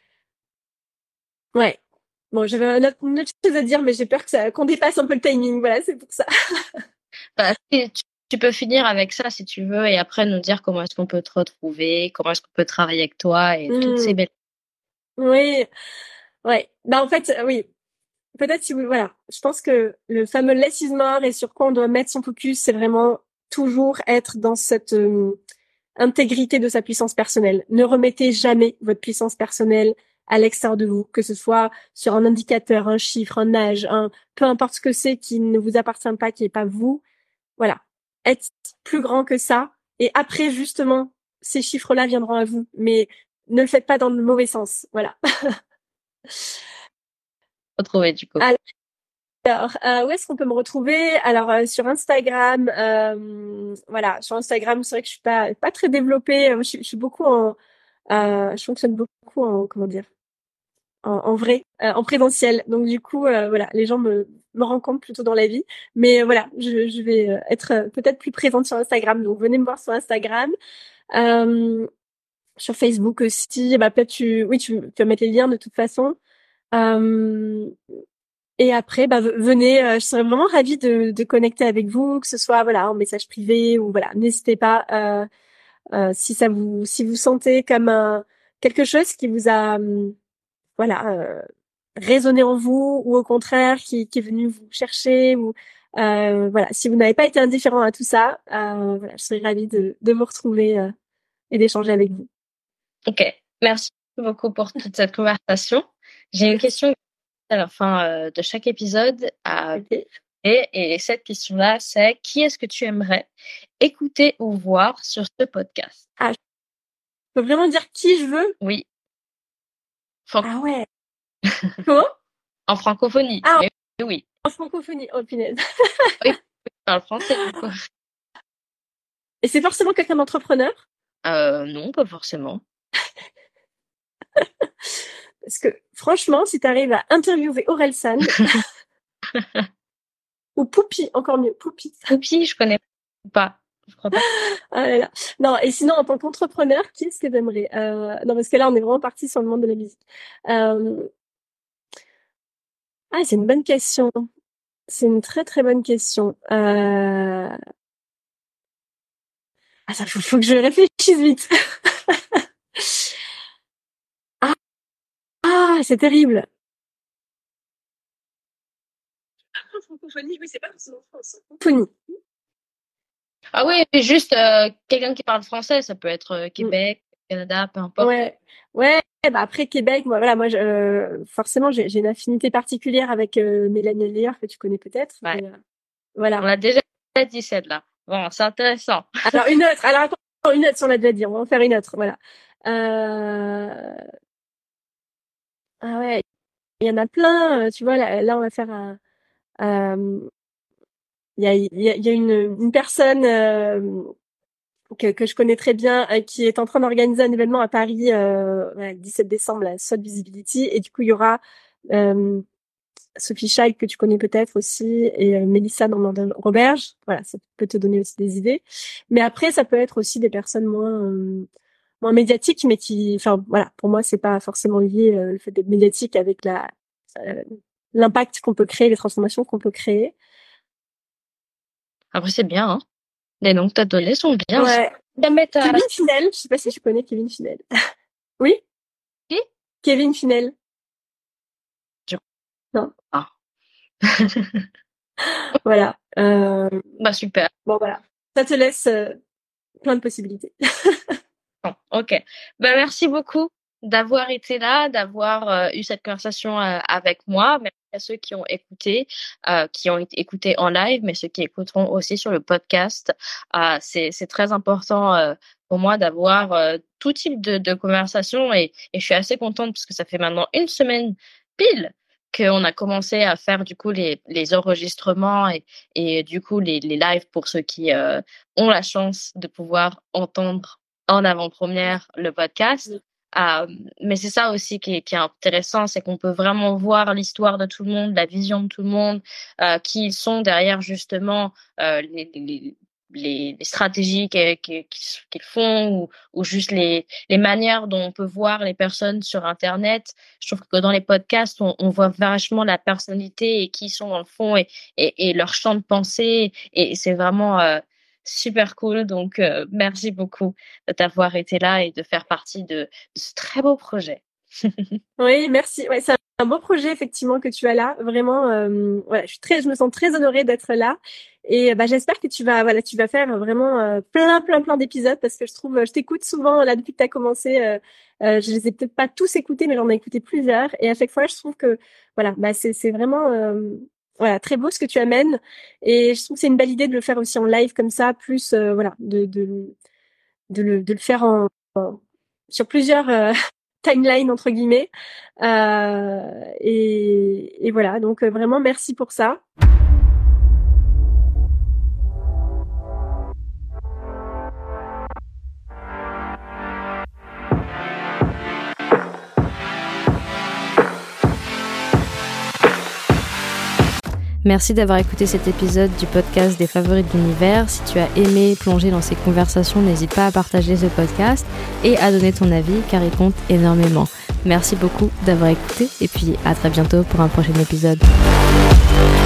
ouais. Bon, j'avais une autre, une autre chose à dire, mais j'ai peur que ça, qu'on dépasse un peu le timing. Voilà, c'est pour ça. Bah, tu, tu peux finir avec ça si tu veux et après nous dire comment est-ce qu'on peut te retrouver, comment est-ce qu'on peut travailler avec toi et toutes ces Mmh. belles. Oui, ouais. Bah en fait, euh, oui. Peut-être si vous, voilà. Je pense que le fameux less is more et sur quoi on doit mettre son focus, c'est vraiment toujours être dans cette euh, intégrité de sa puissance personnelle. Ne remettez jamais votre puissance personnelle à l'extérieur de vous, que ce soit sur un indicateur, un chiffre, un âge, un peu importe ce que c'est qui ne vous appartient pas, qui est pas vous. Voilà. Être plus grand que ça. Et après, justement, ces chiffres-là viendront à vous. Mais ne le faites pas dans le mauvais sens. Voilà. Retrouver du coup. Alors, euh, où est-ce qu'on peut me retrouver? Alors, euh, sur Instagram, euh, voilà, sur Instagram, c'est vrai que je suis pas pas très développée. Euh, Je, suis- je suis beaucoup en, euh, je fonctionne beaucoup en, comment dire, en, en vrai, euh, en présentiel. Donc du coup, euh, voilà, les gens me me rencontrent plutôt dans la vie. Mais euh, voilà, je, je vais euh, être euh, peut-être plus présente sur Instagram. Donc venez me voir sur Instagram. Euh, sur Facebook aussi. Bah peut-être tu, oui, tu, tu vas mettre les liens de toute façon. Euh, Et après, bah, ve- venez, euh, je serais vraiment ravie de, de connecter avec vous, que ce soit voilà en message privé ou voilà, n'hésitez pas euh, euh, si ça vous si vous sentez comme un, quelque chose qui vous a hum, voilà euh, résonné en vous, ou au contraire qui, qui est venu vous chercher, ou euh, voilà, si vous n'avez pas été indifférent à tout ça, euh, voilà, je serais ravie de, de vous retrouver euh, et d'échanger avec vous. Ok, merci beaucoup pour toute cette conversation. J'ai une question à la fin euh, de chaque épisode à Ok. et, et cette question-là, c'est qui est-ce que tu aimerais écouter ou voir sur ce podcast? Ah, je peux vraiment dire qui je veux? Oui, Fran- Ah ouais. Comment? en francophonie. Ah, Mais oui, en francophonie. Oh punaise. oui, je parle français du coup. Et c'est forcément quelqu'un d'entrepreneur? Euh, non, pas forcément. Parce que franchement, si tu arrives à interviewer Orelsan ou Poupie, encore mieux, Poupie. Poupie, je connais pas. Je crois pas. Ah là là. Non, et sinon, en tant qu'entrepreneur, qui est-ce que t'aimerais euh, Non, parce que là, on est vraiment parti sur le monde de la musique. Euh... Ah, c'est une bonne question. C'est une très très bonne question. Euh... Ah, ça faut, faut que je réfléchisse vite. ah, ah, c'est terrible. Francophonie, oui, c'est pas forcément France. Francophonie. Ah oui, mais juste euh, quelqu'un qui parle français, ça peut être euh, Québec, mm. Canada, peu importe. Ouais, ouais. Bah après Québec, moi voilà, moi je, euh, forcément j'ai, j'ai une affinité particulière avec euh, Mélanie Lear que tu connais peut-être. Ouais. Et, euh, voilà. On l'a déjà dit celle-là. Bon, c'est intéressant. Alors une autre. Alors attends, une autre, si on l'a déjà dit. On va en faire une autre. Voilà. Euh... Ah ouais, il y en a plein. Tu vois là, là on va faire un. Euh... Il y a, il y a, il y a une, une personne. Euh... Que, que je connais très bien, euh, qui est en train d'organiser un événement à Paris euh, ouais, le dix-sept décembre, la Soul Visibility, et du coup il y aura euh, Sophie Scheid que tu connais peut-être aussi, et euh, Mélissa Normandin-Roberge. Voilà, ça peut te donner aussi des idées. Mais après, ça peut être aussi des personnes moins euh, moins médiatiques, mais qui, enfin voilà, pour moi c'est pas forcément lié euh, le fait d'être médiatique avec la euh, l'impact qu'on peut créer, les transformations qu'on peut créer. Après c'est bien, hein. Les noms que t'as donnés sont bien. Ouais. Kevin Finel, je sais pas si tu connais Kevin Finel. Oui? Qui? Kevin Finel. Je... Non. Ah. Voilà. Euh... Bah super. Bon voilà. Ça te laisse euh, plein de possibilités. Bon, ok. Bah merci beaucoup d'avoir été là, d'avoir euh, eu cette conversation euh, avec moi. Merci à ceux qui ont écouté, euh, qui ont écouté en live, mais ceux qui écouteront aussi sur le podcast. Euh, c'est, c'est très important euh, pour moi d'avoir euh, tout type de, de conversation et, et je suis assez contente parce que ça fait maintenant une semaine pile qu'on a commencé à faire du coup les, les enregistrements et, et du coup les, les lives pour ceux qui euh, ont la chance de pouvoir entendre en avant-première le podcast. Euh, mais c'est ça aussi qui est, qui est intéressant, c'est qu'on peut vraiment voir l'histoire de tout le monde, la vision de tout le monde, euh, qui ils sont derrière justement euh, les, les, les, les stratégies qu'ils, qu'ils, qu'ils font ou, ou juste les, les manières dont on peut voir les personnes sur Internet. Je trouve que dans les podcasts, on, on voit vachement la personnalité et qui ils sont dans le fond et, et, et leur champ de pensée et c'est vraiment... Euh, super cool, donc euh, merci beaucoup d'avoir été là et de faire partie de, de ce très beau projet. Oui, merci. Ouais, c'est un beau projet effectivement que tu as là. Vraiment, euh, voilà, je suis très, je me sens très honorée d'être là. Et bah j'espère que tu vas, voilà, tu vas faire vraiment euh, plein, plein, plein d'épisodes parce que je trouve, je t'écoute souvent là depuis que tu as commencé. Euh, euh, je les ai peut-être pas tous écoutés, mais j'en ai écouté plusieurs. Et à chaque fois, je trouve que voilà, bah c'est, c'est vraiment euh, voilà, très beau ce que tu amènes et je trouve que c'est une belle idée de le faire aussi en live comme ça, plus euh, voilà, de de de le de le faire en, en sur plusieurs euh, timelines entre guillemets euh, et et voilà, donc euh, vraiment merci pour ça. Merci d'avoir écouté cet épisode du podcast des Favoris de l'Univers. Si tu as aimé plonger dans ces conversations, n'hésite pas à partager ce podcast et à donner ton avis car il compte énormément. Merci beaucoup d'avoir écouté et puis à très bientôt pour un prochain épisode.